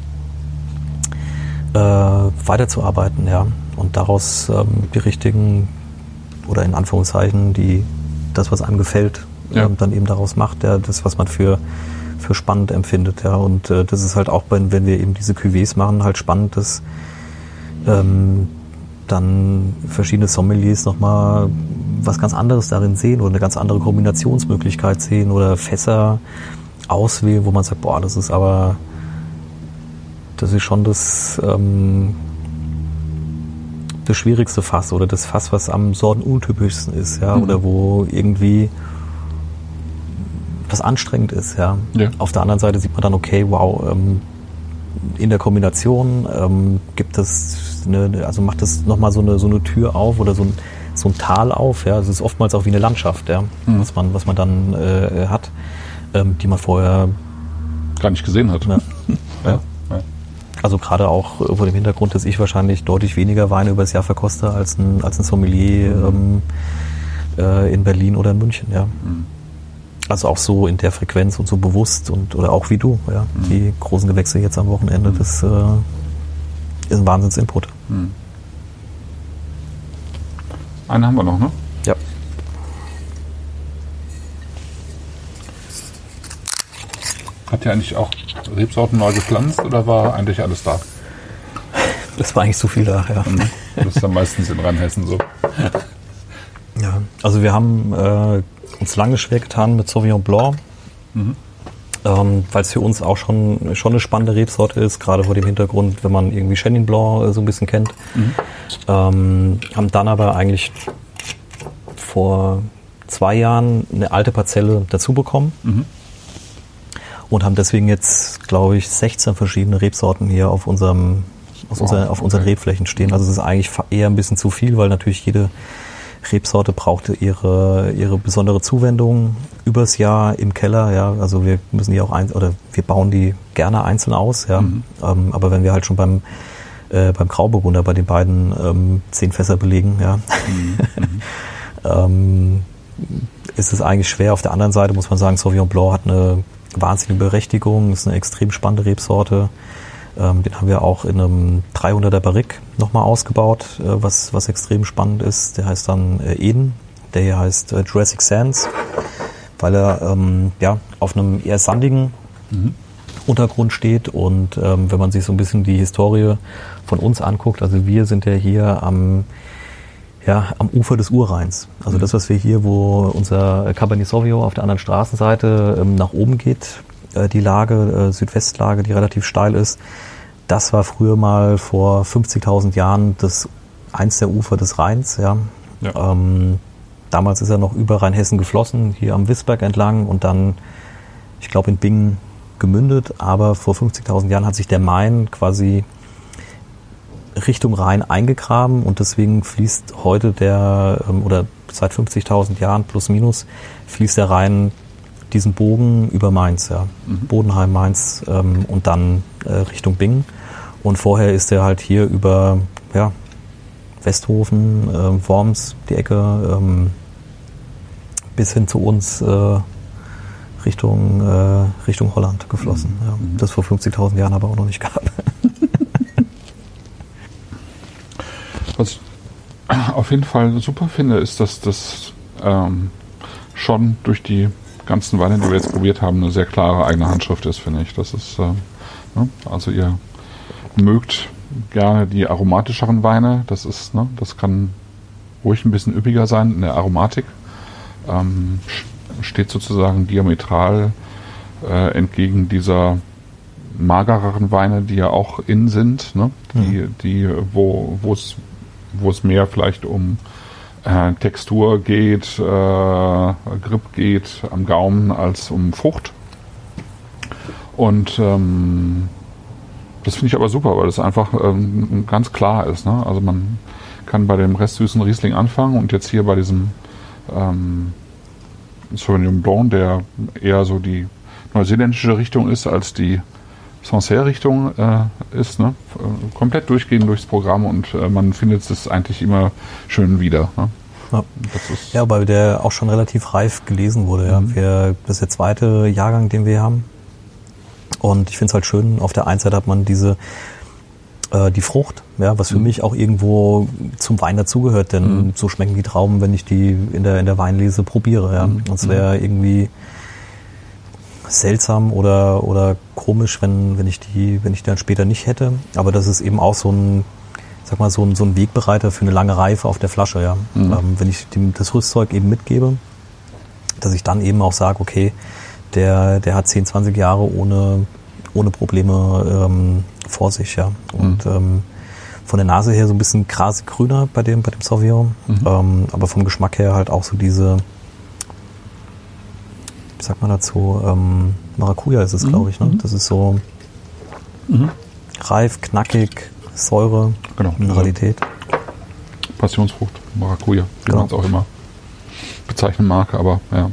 äh, weiterzuarbeiten, ja, und daraus ähm, die richtigen oder in Anführungszeichen die das, was einem gefällt, ja. ähm, dann eben daraus macht, ja, das, was man für für spannend empfindet, ja, und äh, das ist halt auch, wenn, wenn wir eben diese Cuvées machen, halt spannend, dass ähm, dann verschiedene Sommeliers nochmal was ganz anderes darin sehen oder eine ganz andere Kombinationsmöglichkeit sehen oder Fässer auswählen, wo man sagt, boah, das ist aber, das ist schon das, ähm, das schwierigste Fass oder das Fass, was am sortenuntypischsten ist, ja, mhm. oder wo irgendwie was anstrengend ist, ja. ja. Auf der anderen Seite sieht man dann, okay, wow, ähm, in der Kombination ähm, gibt es, eine, also macht das nochmal so eine, so eine Tür auf oder so ein, so ein Tal auf, ja. Es ist oftmals auch wie eine Landschaft, ja, mhm. was man, was man dann äh, hat. Die man vorher gar nicht gesehen hat. Ja. Ja. Ja. Also gerade auch vor dem Hintergrund, dass ich wahrscheinlich deutlich weniger Weine übers Jahr verkoste als ein, als ein Sommelier mhm. ähm, äh, in Berlin oder in München. Ja. Mhm. Also auch so in der Frequenz und so bewusst und oder auch wie du. Ja. Mhm. Die großen Gewächse jetzt am Wochenende, mhm. das äh, ist ein Wahnsinns-Input. Mhm. Einen haben wir noch, ne? Ja. Habt ihr eigentlich auch Rebsorten neu gepflanzt oder war eigentlich alles da? Das war eigentlich zu viel da, ja. Das ist dann meistens in Rheinhessen so. Ja, also wir haben äh, uns lange schwer getan mit Sauvignon Blanc, mhm. ähm, weil es für uns auch schon, schon eine spannende Rebsorte ist, gerade vor dem Hintergrund, wenn man irgendwie Chenin Blanc äh, so ein bisschen kennt. Mhm. Ähm, haben dann aber eigentlich vor zwei Jahren eine alte Parzelle dazu bekommen. Mhm. Und haben deswegen jetzt, glaube ich, sechzehn verschiedene Rebsorten hier auf unserem, auf, wow, unser, auf unseren okay. Rebflächen stehen. Also es ist eigentlich eher ein bisschen zu viel, weil natürlich jede Rebsorte braucht ihre, ihre besondere Zuwendung übers Jahr im Keller. Ja, also wir müssen die auch ein, oder wir bauen die gerne einzeln aus. Ja, mhm. ähm, aber wenn wir halt schon beim äh, beim Grauburgunder bei den beiden ähm, zehn Fässer belegen, ja, mhm. ähm, ist es eigentlich schwer. Auf der anderen Seite muss man sagen, Sauvignon Blanc hat eine wahnsinnige Berechtigung, ist eine extrem spannende Rebsorte, Ähm, den haben wir auch in einem dreihunderter Barrique nochmal ausgebaut, äh, was, was extrem spannend ist. Der heißt dann äh, Eden, der hier heißt äh, Jurassic Sands, weil er ähm, ja, auf einem eher sandigen mhm. Untergrund steht. Und ähm, wenn man sich so ein bisschen die Historie von uns anguckt, also wir sind ja hier am Ja, am Ufer des Urrheins. Also das, was wir hier, wo unser Cabernet Sauvignon auf der anderen Straßenseite ähm, nach oben geht, äh, die Lage, äh, Südwestlage, die relativ steil ist, das war früher mal vor fünfzigtausend Jahren das eins der Ufer des Rheins. Ja. Ja. Ähm, damals ist er noch über Rheinhessen geflossen, hier am Wissberg entlang und dann, ich glaube, in Bingen gemündet. Aber vor fünfzigtausend Jahren hat sich der Main quasi Richtung Rhein eingegraben und deswegen fließt heute der, oder seit fünfzigtausend Jahren plus minus, fließt der Rhein diesen Bogen über Mainz, ja. Mhm. Bodenheim, Mainz ähm, und dann äh, Richtung Bingen. Und vorher ist er halt hier über ja, Westhofen, äh, Worms, die Ecke, ähm, bis hin zu uns äh, Richtung, äh, Richtung Holland geflossen. Mhm. Ja. Das vor fünfzigtausend Jahren aber auch noch nicht gab. Was ich auf jeden Fall super finde, ist, dass das ähm, schon durch die ganzen Weine, die wir jetzt probiert haben, eine sehr klare eigene Handschrift ist, finde ich. Das ist, äh, ne? Also ihr mögt gerne die aromatischeren Weine. Das ist, ne? Das kann ruhig ein bisschen üppiger sein in der Aromatik. Ähm, steht sozusagen diametral äh, entgegen dieser magereren Weine, die ja auch in sind, ne? Die, mhm. die, wo, wo es wo es mehr vielleicht um äh, Textur geht, äh, Grip geht am Gaumen als um Frucht. Und ähm, das finde ich aber super, weil das einfach ähm, ganz klar ist. Ne? Also man kann bei dem restsüßen Riesling anfangen und jetzt hier bei diesem ähm, Sauvignon Blanc, der eher so die neuseeländische Richtung ist als die Sancerre-Richtung äh, ist, ne? Komplett durchgehen durchs Programm und äh, man findet es eigentlich immer schön wieder. Ne? Ja. Das ist ja, weil der auch schon relativ reif gelesen wurde. Ja. Mhm. Wir, das ist der zweite Jahrgang, den wir haben. Und ich finde es halt schön, auf der einen Seite hat man diese äh, die Frucht, ja, was für mhm. mich auch irgendwo zum Wein dazugehört, denn mhm. so schmecken die Trauben, wenn ich die in der, in der Weinlese probiere. Ja. Mhm. Und es wäre irgendwie seltsam oder oder komisch, wenn wenn ich die wenn ich die dann später nicht hätte. Aber das ist eben auch so ein, sag mal so ein so ein Wegbereiter für eine lange Reife auf der Flasche, ja. Mhm. Ähm, wenn ich dem das Rüstzeug eben mitgebe, dass ich dann eben auch sage, okay, der der hat zehn, zwanzig Jahre ohne ohne Probleme ähm, vor sich, ja. Und mhm. ähm, von der Nase her so ein bisschen grasig grüner bei dem bei dem Sauvignon, mhm. ähm, aber vom Geschmack her halt auch so diese, sagt man dazu, ähm, Maracuja ist es, mhm. glaube ich. Ne? Das ist so mhm. reif, knackig, Säure, genau, Mineralität. Passionsfrucht, Maracuja, wie genau. man es auch immer bezeichnen mag, aber ja.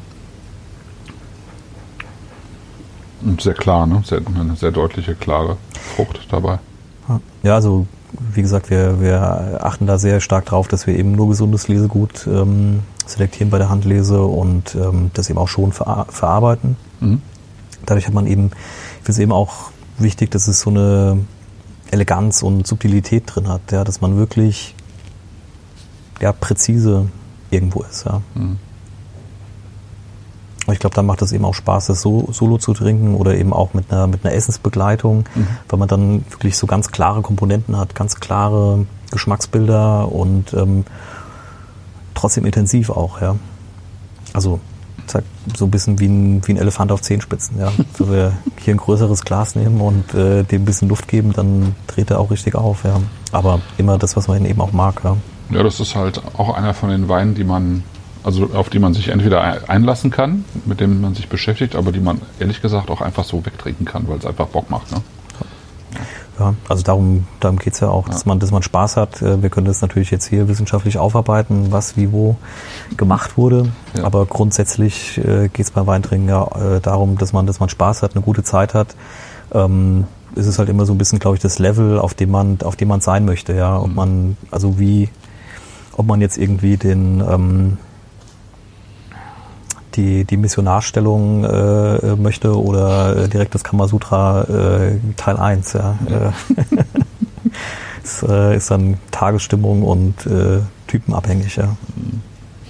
Und sehr klar, ne? Sehr, eine sehr deutliche, klare Frucht dabei. Ja, also wie gesagt, wir, wir achten da sehr stark drauf, dass wir eben nur gesundes Lesegut ähm, selektieren bei der Handlese und ähm, das eben auch schon ver- verarbeiten. Mhm. Dadurch hat man eben, ich finde es eben auch wichtig, dass es so eine Eleganz und Subtilität drin hat, ja, dass man wirklich ja, präzise irgendwo ist. Ja. Mhm. Und ich glaube, dann macht es eben auch Spaß, das so solo zu trinken oder eben auch mit einer, mit einer Essensbegleitung, mhm. weil man dann wirklich so ganz klare Komponenten hat, ganz klare Geschmacksbilder und ähm, trotzdem intensiv auch, ja. Also so ein bisschen wie ein, wie ein Elefant auf Zehenspitzen, ja. Wenn wir hier ein größeres Glas nehmen und äh, dem ein bisschen Luft geben, dann dreht er auch richtig auf, ja. Aber immer das, was man eben auch mag, ja. Ja, das ist halt auch einer von den Weinen, die man, also auf die man sich entweder einlassen kann, mit dem man sich beschäftigt, aber die man ehrlich gesagt auch einfach so wegtrinken kann, weil es einfach Bock macht, ne? Ja, also darum, darum geht es ja auch, dass man, dass man Spaß hat. Wir können das natürlich jetzt hier wissenschaftlich aufarbeiten, was wie wo gemacht wurde. Ja. Aber grundsätzlich äh, geht es beim Weintrinken ja äh, darum, dass man, dass man Spaß hat, eine gute Zeit hat. Ähm, es ist halt immer so ein bisschen, glaube ich, das Level, auf dem man, auf dem man sein möchte, ja. Ob man, also wie, ob man jetzt irgendwie den ähm, die, die Missionarstellung äh, möchte oder äh, direkt das Kamasutra äh, Teil eins. Ja. Ja. Das äh, ist dann Tagesstimmung und äh, typenabhängig. Ja. Mhm.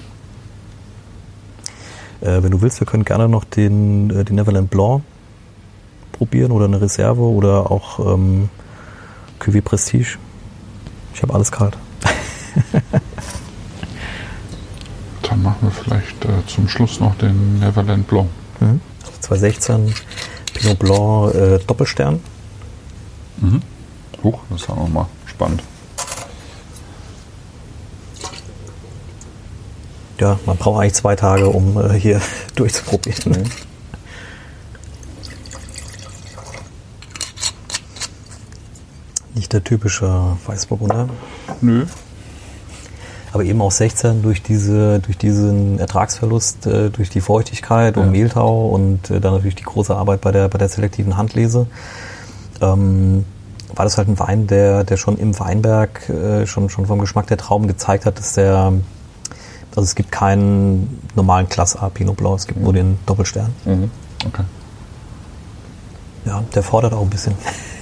Äh, wenn du willst, wir können gerne noch den, äh, den Neverland Blanc probieren oder eine Reserve oder auch ähm, Cuvée Prestige. Ich habe alles kalt. Dann machen wir vielleicht äh, zum Schluss noch den Neverland Blanc. Mhm. zwanzig sechzehn Pinot Blanc äh, Doppelstern. Mhm. Huch, das ist auch nochmal spannend. Ja, man braucht eigentlich zwei Tage, um äh, hier durchzuprobieren. Mhm. Nicht der typische Weißburgunder. Nö. Aber eben auch sechzehn durch diese, durch diesen Ertragsverlust, äh, durch die Feuchtigkeit und ja. Mehltau und äh, dann natürlich die große Arbeit bei der, bei der selektiven Handlese, ähm, war das halt ein Wein, der, der schon im Weinberg, äh, schon, schon vom Geschmack der Trauben gezeigt hat, dass der, also es gibt keinen normalen Classe A Pinot Blanc, es gibt mhm. nur den Doppelstern. Mhm. Okay. Ja, der fordert auch ein bisschen.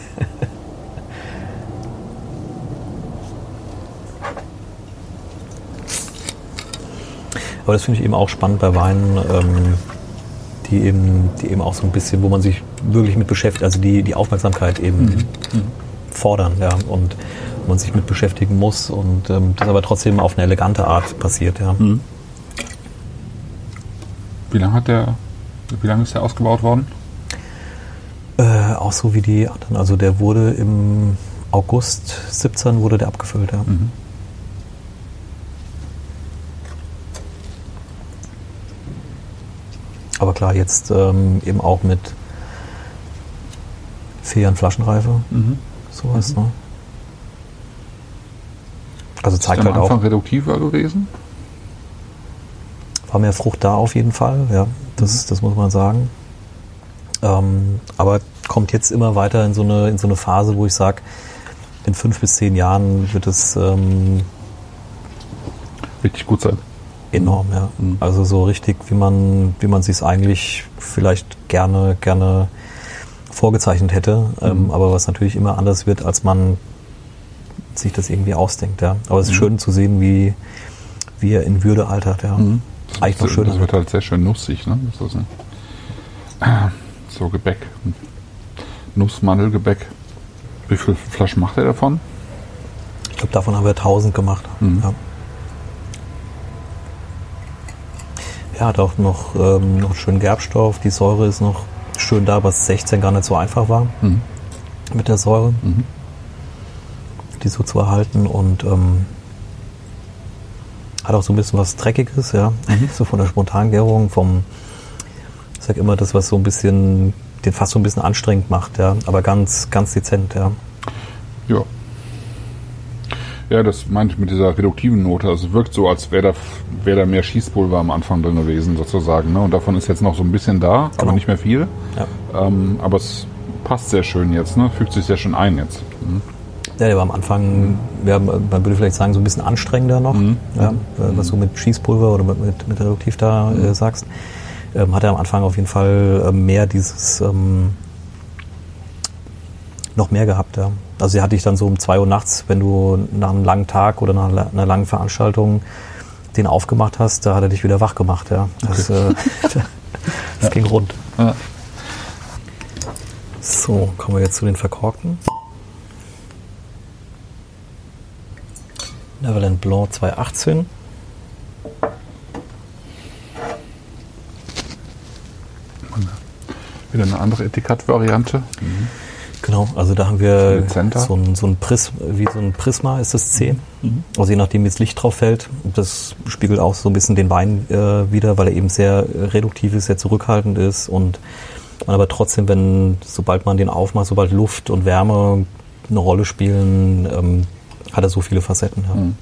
Aber das finde ich eben auch spannend bei Weinen, ähm, die eben, die eben auch so ein bisschen, wo man sich wirklich mit beschäftigt, also die, die Aufmerksamkeit eben mhm. fordern, ja, und wo man sich mit beschäftigen muss und ähm, das aber trotzdem auf eine elegante Art passiert, ja. Mhm. Wie lange hat der, wie lange ist der ausgebaut worden? Äh, auch so wie die anderen, also der wurde im August siebzehn wurde der abgefüllt, ja. Mhm. Aber klar, jetzt ähm, eben auch mit vier Jahren Flaschenreife, mhm. sowas. Mhm. Ne? Also zeigt halt auch. Ist der am Anfang reduktiver gewesen? War mehr Frucht da auf jeden Fall, ja, das, mhm. das muss man sagen. Ähm, aber kommt jetzt immer weiter in so eine, in so eine Phase, wo ich sage, in fünf bis zehn Jahren wird es ähm, richtig gut sein. Enorm, ja. Mhm. Also so richtig, wie man, wie man sich es eigentlich vielleicht gerne, gerne vorgezeichnet hätte, mhm. ähm, aber was natürlich immer anders wird, als man sich das irgendwie ausdenkt, ja. Aber es ist mhm. schön zu sehen, wie, wie er in Würde altert, ja. Mhm. Das eigentlich noch schön. Das wird halt sehr schön nussig, ne? Das ist ein, so Gebäck. Nussmandelgebäck. Wie viele Flaschen macht er davon? Ich glaube, davon haben wir tausend gemacht. Mhm. Ja. Ja, hat auch noch, ähm, noch schön Gerbstoff. Die Säure ist noch schön da, was sechzehn gar nicht so einfach war mhm. mit der Säure, mhm. die so zu erhalten. Und ähm, hat auch so ein bisschen was Dreckiges, ja, mhm. so von der Spontangärung, vom, ich sag immer, das, was so ein bisschen, den fast so ein bisschen anstrengend macht, ja, aber ganz, ganz dezent, ja. Ja. Ja, das meinte ich mit dieser reduktiven Note. Also es wirkt so, als wäre da, wär da mehr Schießpulver am Anfang drin gewesen, sozusagen. Ne? Und davon ist jetzt noch so ein bisschen da, genau. aber nicht mehr viel. Ja. Ähm, aber es passt sehr schön jetzt, ne? Fügt sich sehr schön ein jetzt. Mhm. Ja, der war am Anfang, ja, man würde vielleicht sagen, so ein bisschen anstrengender noch, mhm. ja, mhm. was du mit Schießpulver oder mit, mit, mit Reduktiv da mhm. äh, sagst. Ähm, hat er am Anfang auf jeden Fall äh, mehr dieses, ähm, noch mehr gehabt, ja. Also sie hatte ich dann so um zwei Uhr nachts, wenn du nach einem langen Tag oder nach einer langen Veranstaltung den aufgemacht hast, da hat er dich wieder wach gemacht, ja. Das, okay. äh, das ja. ging rund. Ja. So, kommen wir jetzt zu den Verkorkten. Neverland Blanc zwanzig achtzehn. Wieder eine andere Etikettvariante. Mhm. Genau, also da haben wir so ein, so ein Prisma, wie so ein Prisma ist das C. Mhm. Also je nachdem, wie das Licht drauf fällt. Das spiegelt auch so ein bisschen den Wein äh, wider, weil er eben sehr reduktiv ist, sehr zurückhaltend ist und man aber trotzdem, wenn, sobald man den aufmacht, sobald Luft und Wärme eine Rolle spielen, ähm, hat er so viele Facetten. Ja. Mhm.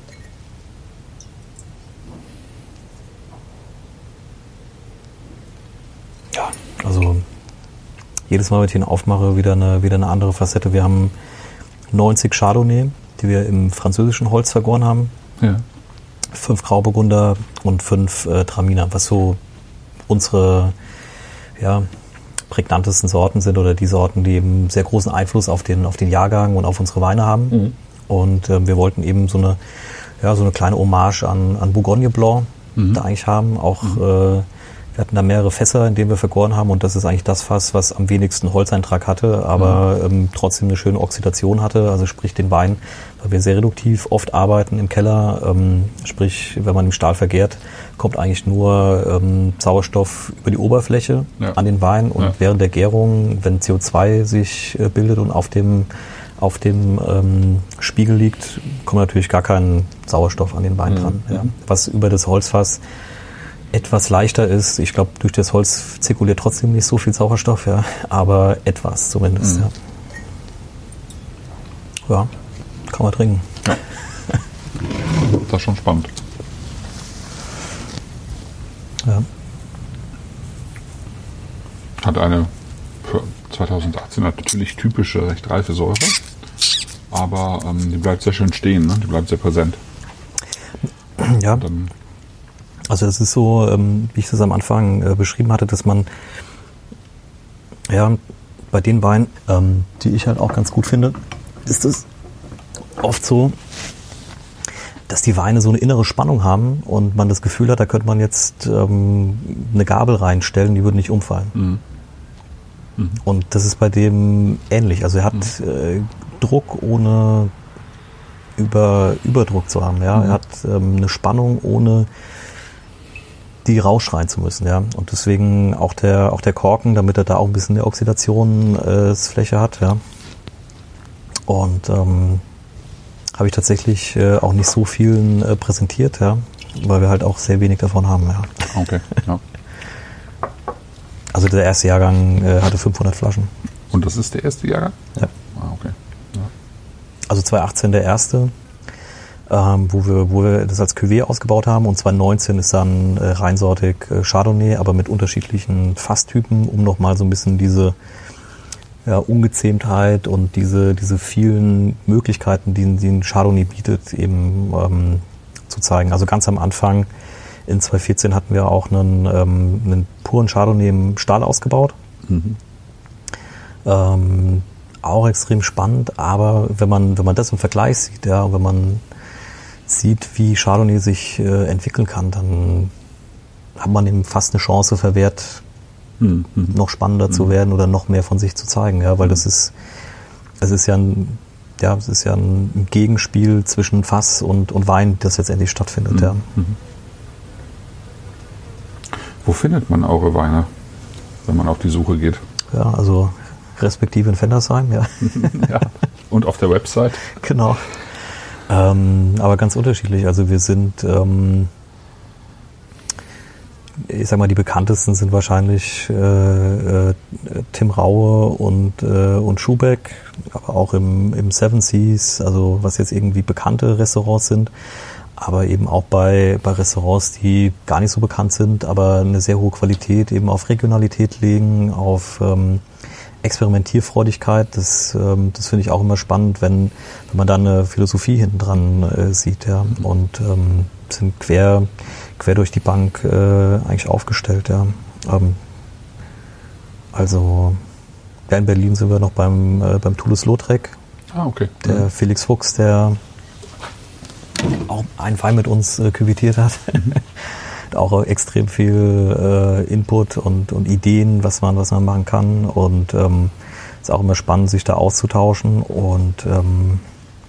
Ja, also jedes Mal, wenn ich ihn aufmache, wieder eine, wieder eine andere Facette. Wir haben neunzig Chardonnay, die wir im französischen Holz vergoren haben. Ja. Fünf Grauburgunder und fünf äh, Traminer, was so unsere ja, prägnantesten Sorten sind oder die Sorten, die eben sehr großen Einfluss auf den, auf den Jahrgang und auf unsere Weine haben. Mhm. Und äh, wir wollten eben so eine, ja, so eine kleine Hommage an, an Bourgogne Blanc mhm. da eigentlich haben. Auch mhm. äh, wir hatten da mehrere Fässer, in denen wir vergoren haben, und das ist eigentlich das Fass, was am wenigsten Holzeintrag hatte, aber mhm. ähm, trotzdem eine schöne Oxidation hatte. Also sprich den Wein, weil wir sehr reduktiv oft arbeiten im Keller, ähm, sprich wenn man im Stahl vergärt, kommt eigentlich nur ähm, Sauerstoff über die Oberfläche ja. an den Wein, und ja. während der Gärung, wenn C O zwei sich äh, bildet und auf dem auf dem ähm, Spiegel liegt, kommt natürlich gar kein Sauerstoff an den Wein mhm. dran. Ja. Was über das Holzfass etwas leichter ist. Ich glaube, durch das Holz zirkuliert trotzdem nicht so viel Sauerstoff, ja, aber etwas zumindest. Mhm. Ja. ja, kann man trinken. Ja. Das ist schon spannend. Ja. Hat eine für zweitausendachtzehn natürlich typische, recht reife Säure, aber ähm, die bleibt sehr schön stehen, ne? Die bleibt sehr präsent. Ja. Dann Also es ist so, ähm, wie ich das am Anfang äh, beschrieben hatte, dass man ja bei den Weinen, ähm, die ich halt auch ganz gut finde, ist es oft so, dass die Weine so eine innere Spannung haben und man das Gefühl hat, da könnte man jetzt ähm, eine Gabel reinstellen, die würde nicht umfallen. Mhm. Mhm. Und das ist bei dem ähnlich. Also er hat mhm. äh, Druck ohne über, Überdruck zu haben. Ja? Mhm. Er hat ähm, eine Spannung ohne die rausschreien zu müssen, ja. Und deswegen auch der, auch der Korken, damit er da auch ein bisschen eine Oxidationsfläche äh, hat, ja. Und ähm, habe ich tatsächlich äh, auch nicht so vielen äh, präsentiert, ja, weil wir halt auch sehr wenig davon haben, ja. Okay, ja. Also der erste Jahrgang äh, hatte fünfhundert Flaschen. Und das ist der erste Jahrgang? Ja. Ah, okay. Ja. Also zweitausendachtzehn der erste. Ähm, wo wir wo wir das als Cuvée ausgebaut haben, und zweitausendneunzehn ist dann äh, reinsortig äh, Chardonnay, aber mit unterschiedlichen Fasstypen, um nochmal so ein bisschen diese ja, Ungezähmtheit und diese diese vielen Möglichkeiten, die, die ein Chardonnay bietet, eben ähm, zu zeigen. Also ganz am Anfang in zweitausendvierzehn hatten wir auch einen, ähm, einen puren Chardonnay im Stahl ausgebaut. Mhm. Ähm, auch extrem spannend, aber wenn man wenn man das im Vergleich sieht, ja, wenn man sieht, wie Chardonnay sich äh, entwickeln kann, dann hat man ihm fast eine Chance verwehrt, mhm. noch spannender mhm. zu werden oder noch mehr von sich zu zeigen, ja, weil das ist, es ist ja ein, ja, es ist ja ein Gegenspiel zwischen Fass und, und Wein, das letztendlich stattfindet, mhm. ja. Mhm. Wo findet man eure Weine, wenn man auf die Suche geht? Ja, also respektive in Fendersheim, ja. Ja. Und auf der Website? Genau. Ähm, aber ganz unterschiedlich. Also wir sind, ähm, ich sag mal, die bekanntesten sind wahrscheinlich äh, äh, Tim Raue und, äh, und Schubeck, aber auch im, im Seven Seas, also was jetzt irgendwie bekannte Restaurants sind, aber eben auch bei, bei Restaurants, die gar nicht so bekannt sind, aber eine sehr hohe Qualität eben auf Regionalität legen, auf ähm, Experimentierfreudigkeit, das, ähm, das finde ich auch immer spannend, wenn, wenn man da eine Philosophie hinten dran äh, sieht, ja, und ähm, sind quer, quer durch die Bank äh, eigentlich aufgestellt, ja. Ähm, also ja, in Berlin sind wir noch beim, äh, beim Toulouse-Lautrec. Ah, okay. Der mhm. Felix Fuchs, der auch einen Wein mit uns äh, küvitiert hat. Mhm. Auch extrem viel äh, Input und, und Ideen, was man, was man machen kann. Und ähm, ist auch immer spannend, sich da auszutauschen. Und ähm,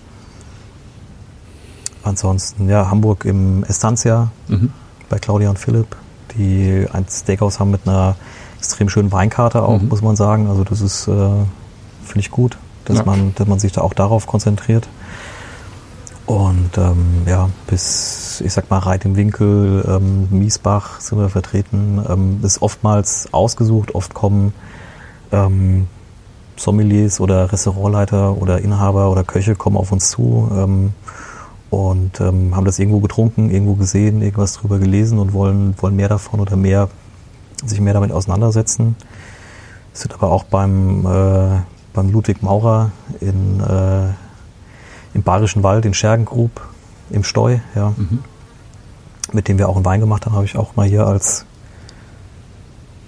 ansonsten, ja, Hamburg im Estancia mhm. bei Claudia und Philipp, die ein Steakhouse haben mit einer extrem schönen Weinkarte auch, mhm. muss man sagen. Also das ist, äh, finde ich gut, dass, ja. man, dass man sich da auch darauf konzentriert. Und ähm, ja, bis, ich sag mal, Reit im Winkel, ähm, Miesbach sind wir vertreten. Ähm, ist oftmals ausgesucht, oft kommen ähm, Sommeliers oder Restaurantleiter oder Inhaber oder Köche kommen auf uns zu ähm, und ähm, haben das irgendwo getrunken, irgendwo gesehen, irgendwas drüber gelesen und wollen, wollen mehr davon oder mehr, sich mehr damit auseinandersetzen. Sind aber auch beim, äh, beim Ludwig Maurer in äh, im Bayerischen Wald, in Schergengrub, im Steu, ja, mhm. mit dem wir auch einen Wein gemacht haben, habe ich auch mal hier als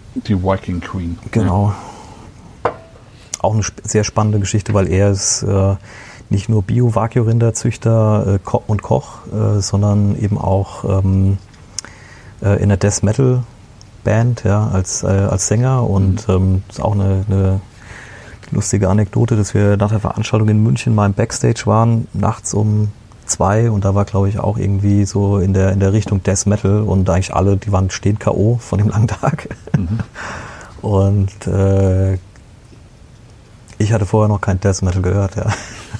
Die Viking Queen. Genau. Auch eine sp- sehr spannende Geschichte, weil er ist äh, nicht nur Bio-Wagyu-Rinderzüchter äh, Ko- und Koch, äh, sondern eben auch ähm, äh, in der Death Metal Band, ja, als, äh, als Sänger. Und mhm. ähm, das ist auch eine, eine lustige Anekdote, dass wir nach der Veranstaltung in München mal im Backstage waren, nachts um zwei, und da war, glaube ich, auch irgendwie so in der in der Richtung Death Metal, und eigentlich alle, die waren stehen K O von dem langen Tag. Mhm. Und äh, ich hatte vorher noch kein Death Metal gehört, ja.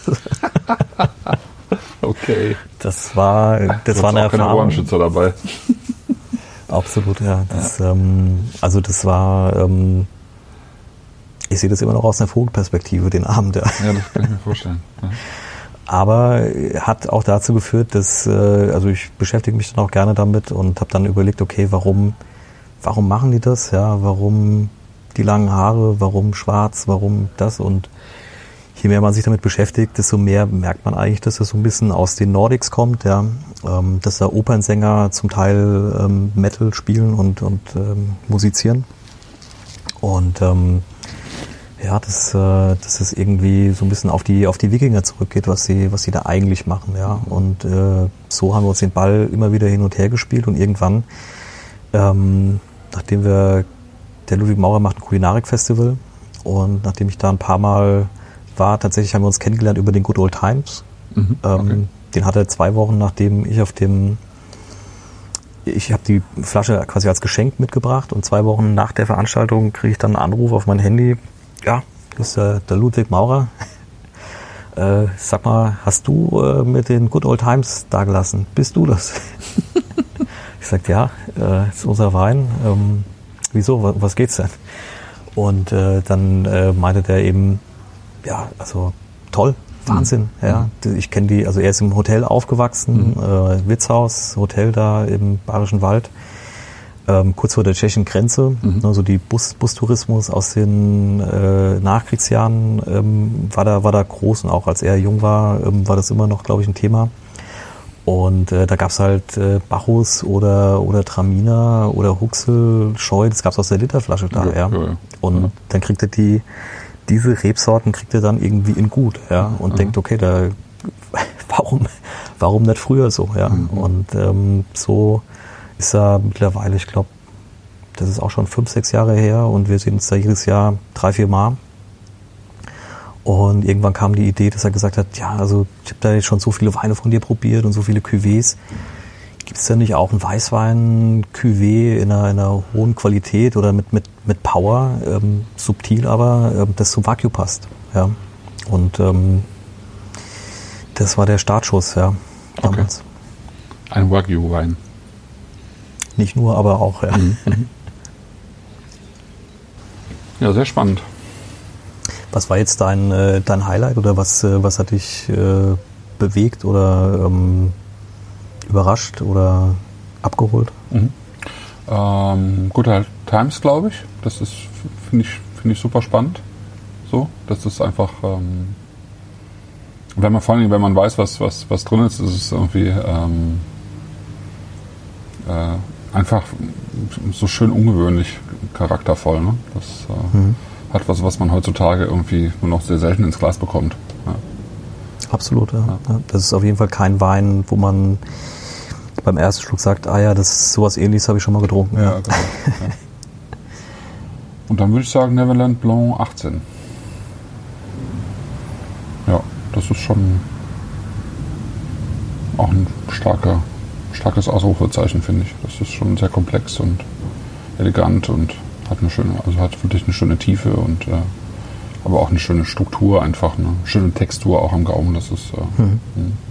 Okay. Das war das du war eine auch keine Erfahrung. Ohrenschützer dabei. Absolut, ja. Das, ja. Ähm, also das war ähm, ich sehe das immer noch aus einer Vogelperspektive, den Abend. Ja, ja das kann ich mir vorstellen. Ja. Aber hat auch dazu geführt, dass, also ich beschäftige mich dann auch gerne damit und habe dann überlegt, okay, warum, warum machen die das? Ja, warum die langen Haare, warum schwarz, warum das? Und je mehr man sich damit beschäftigt, desto mehr merkt man eigentlich, dass das so ein bisschen aus den Nordics kommt, ja, dass da Opernsänger zum Teil ähm, Metal spielen und, und ähm, musizieren. Und ähm, ja, dass, äh, dass es irgendwie so ein bisschen auf die auf die Wikinger zurückgeht, was sie was sie da eigentlich machen, ja. Und äh, so haben wir uns den Ball immer wieder hin und her gespielt, und irgendwann, ähm, nachdem wir der Ludwig Maurer macht ein Kulinarik-Festival, und nachdem ich da ein paar Mal war, tatsächlich haben wir uns kennengelernt über den Good Old Times. Mhm, okay. ähm, den hat er zwei Wochen, nachdem ich auf dem ich habe die Flasche quasi als Geschenk mitgebracht, und zwei Wochen nach der Veranstaltung kriege ich dann einen Anruf auf mein Handy. Ja, das ist der, der Ludwig Maurer. Äh, sag mal, hast du äh, mit den Good Old Times dagelassen? Bist du das? Ich sagte, ja, äh, ist unser Wein. Ähm, wieso, was, was geht's denn? Und äh, dann äh, meinte der eben, ja, also toll, Wahnsinn. Mhm. Ja, ich kenne die, also er ist im Hotel aufgewachsen, mhm. äh, Wirtshaus, Hotel da im Bayerischen Wald. Ähm, kurz vor der tschechischen Grenze, mhm. also die Bus, Bustourismus aus den äh, Nachkriegsjahren ähm, war da war da groß, und auch als er jung war, ähm, war das immer noch, glaube ich, ein Thema. Und äh, da gab's halt äh, Bacchus oder oder Traminer oder Huxel, Scheu, das gab's aus der Literflasche da, ja. ja. ja, ja. Und ja. dann kriegt er die diese Rebsorten kriegt er dann irgendwie in gut, ja, und mhm. denkt, okay, da warum warum nicht früher so, ja. Mhm. Und ähm, so ist er mittlerweile, ich glaube, das ist auch schon fünf, sechs Jahre her, und wir sehen uns da jedes Jahr drei, vier Mal. Und irgendwann kam die Idee, dass er gesagt hat, ja, also ich habe da jetzt schon so viele Weine von dir probiert und so viele Cuvées. Gibt es denn nicht auch ein Weißwein-Cuvée in einer, in einer hohen Qualität oder mit, mit, mit Power, ähm, subtil aber, ähm, das zum Wagyu passt? Ja. Und ähm, das war der Startschuss, ja, damals. Okay. Ein Wagyu-Wein. Nicht nur, aber auch, ja. Mhm. Ja, sehr spannend. Was war jetzt dein, äh, dein Highlight, oder was, äh, was hat dich äh, bewegt oder ähm, überrascht oder abgeholt? Mhm. Ähm, Good Old Times, glaube ich. Das ist, finde ich, finde ich super spannend. So, das ist einfach, ähm, wenn man vor allem, wenn man weiß, was, was, was drin ist, ist es irgendwie ähm, äh, einfach so schön ungewöhnlich charaktervoll. Ne? Das äh, mhm. hat was, was man heutzutage irgendwie nur noch sehr selten ins Glas bekommt. Ja. Absolut, ja. Ja. Das ist auf jeden Fall kein Wein, wo man beim ersten Schluck sagt, ah ja, das ist sowas Ähnliches habe ich schon mal getrunken. Ja, genau. Ja. Und dann würde ich sagen Neverland Blanc achtzehn. Ja, das ist schon auch ein starker, starkes Ausrufezeichen, finde ich. Das ist schon sehr komplex und elegant und hat eine schöne, also hat wirklich eine schöne Tiefe und äh, aber auch eine schöne Struktur, einfach eine schöne Textur auch am Gaumen. Das ist äh, mhm.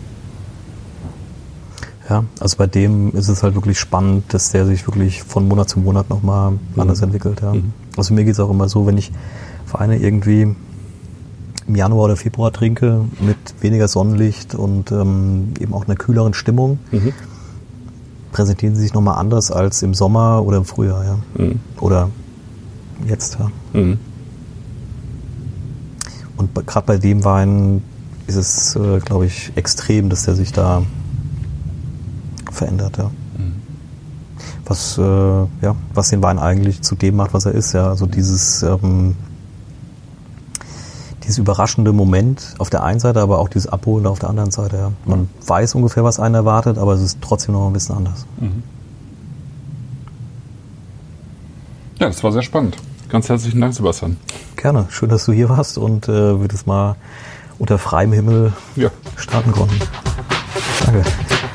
ja, also bei dem ist es halt wirklich spannend, dass der sich wirklich von Monat zu Monat nochmal mhm. anders entwickelt. Ja. Mhm. Also mir geht es auch immer so, wenn ich Weine irgendwie im Januar oder Februar trinke, mit weniger Sonnenlicht und ähm, eben auch einer kühleren Stimmung, mhm. präsentieren sie sich nochmal anders als im Sommer oder im Frühjahr. Ja. Mhm. Oder jetzt. Ja. Mhm. Und gerade bei dem Wein ist es, äh, glaube ich, extrem, dass der sich da verändert. Ja. Mhm. was, äh, ja, was den Wein eigentlich zu dem macht, was er ist. Ja, also dieses, ähm, dieses überraschende Moment auf der einen Seite, aber auch dieses Abholende auf der anderen Seite. Ja. Man mhm. weiß ungefähr, was einen erwartet, aber es ist trotzdem noch ein bisschen anders. Mhm. Ja, das war sehr spannend. Ganz herzlichen Dank, Sebastian. Gerne. Schön, dass du hier warst und äh, wir das mal unter freiem Himmel ja. starten konnten. Danke.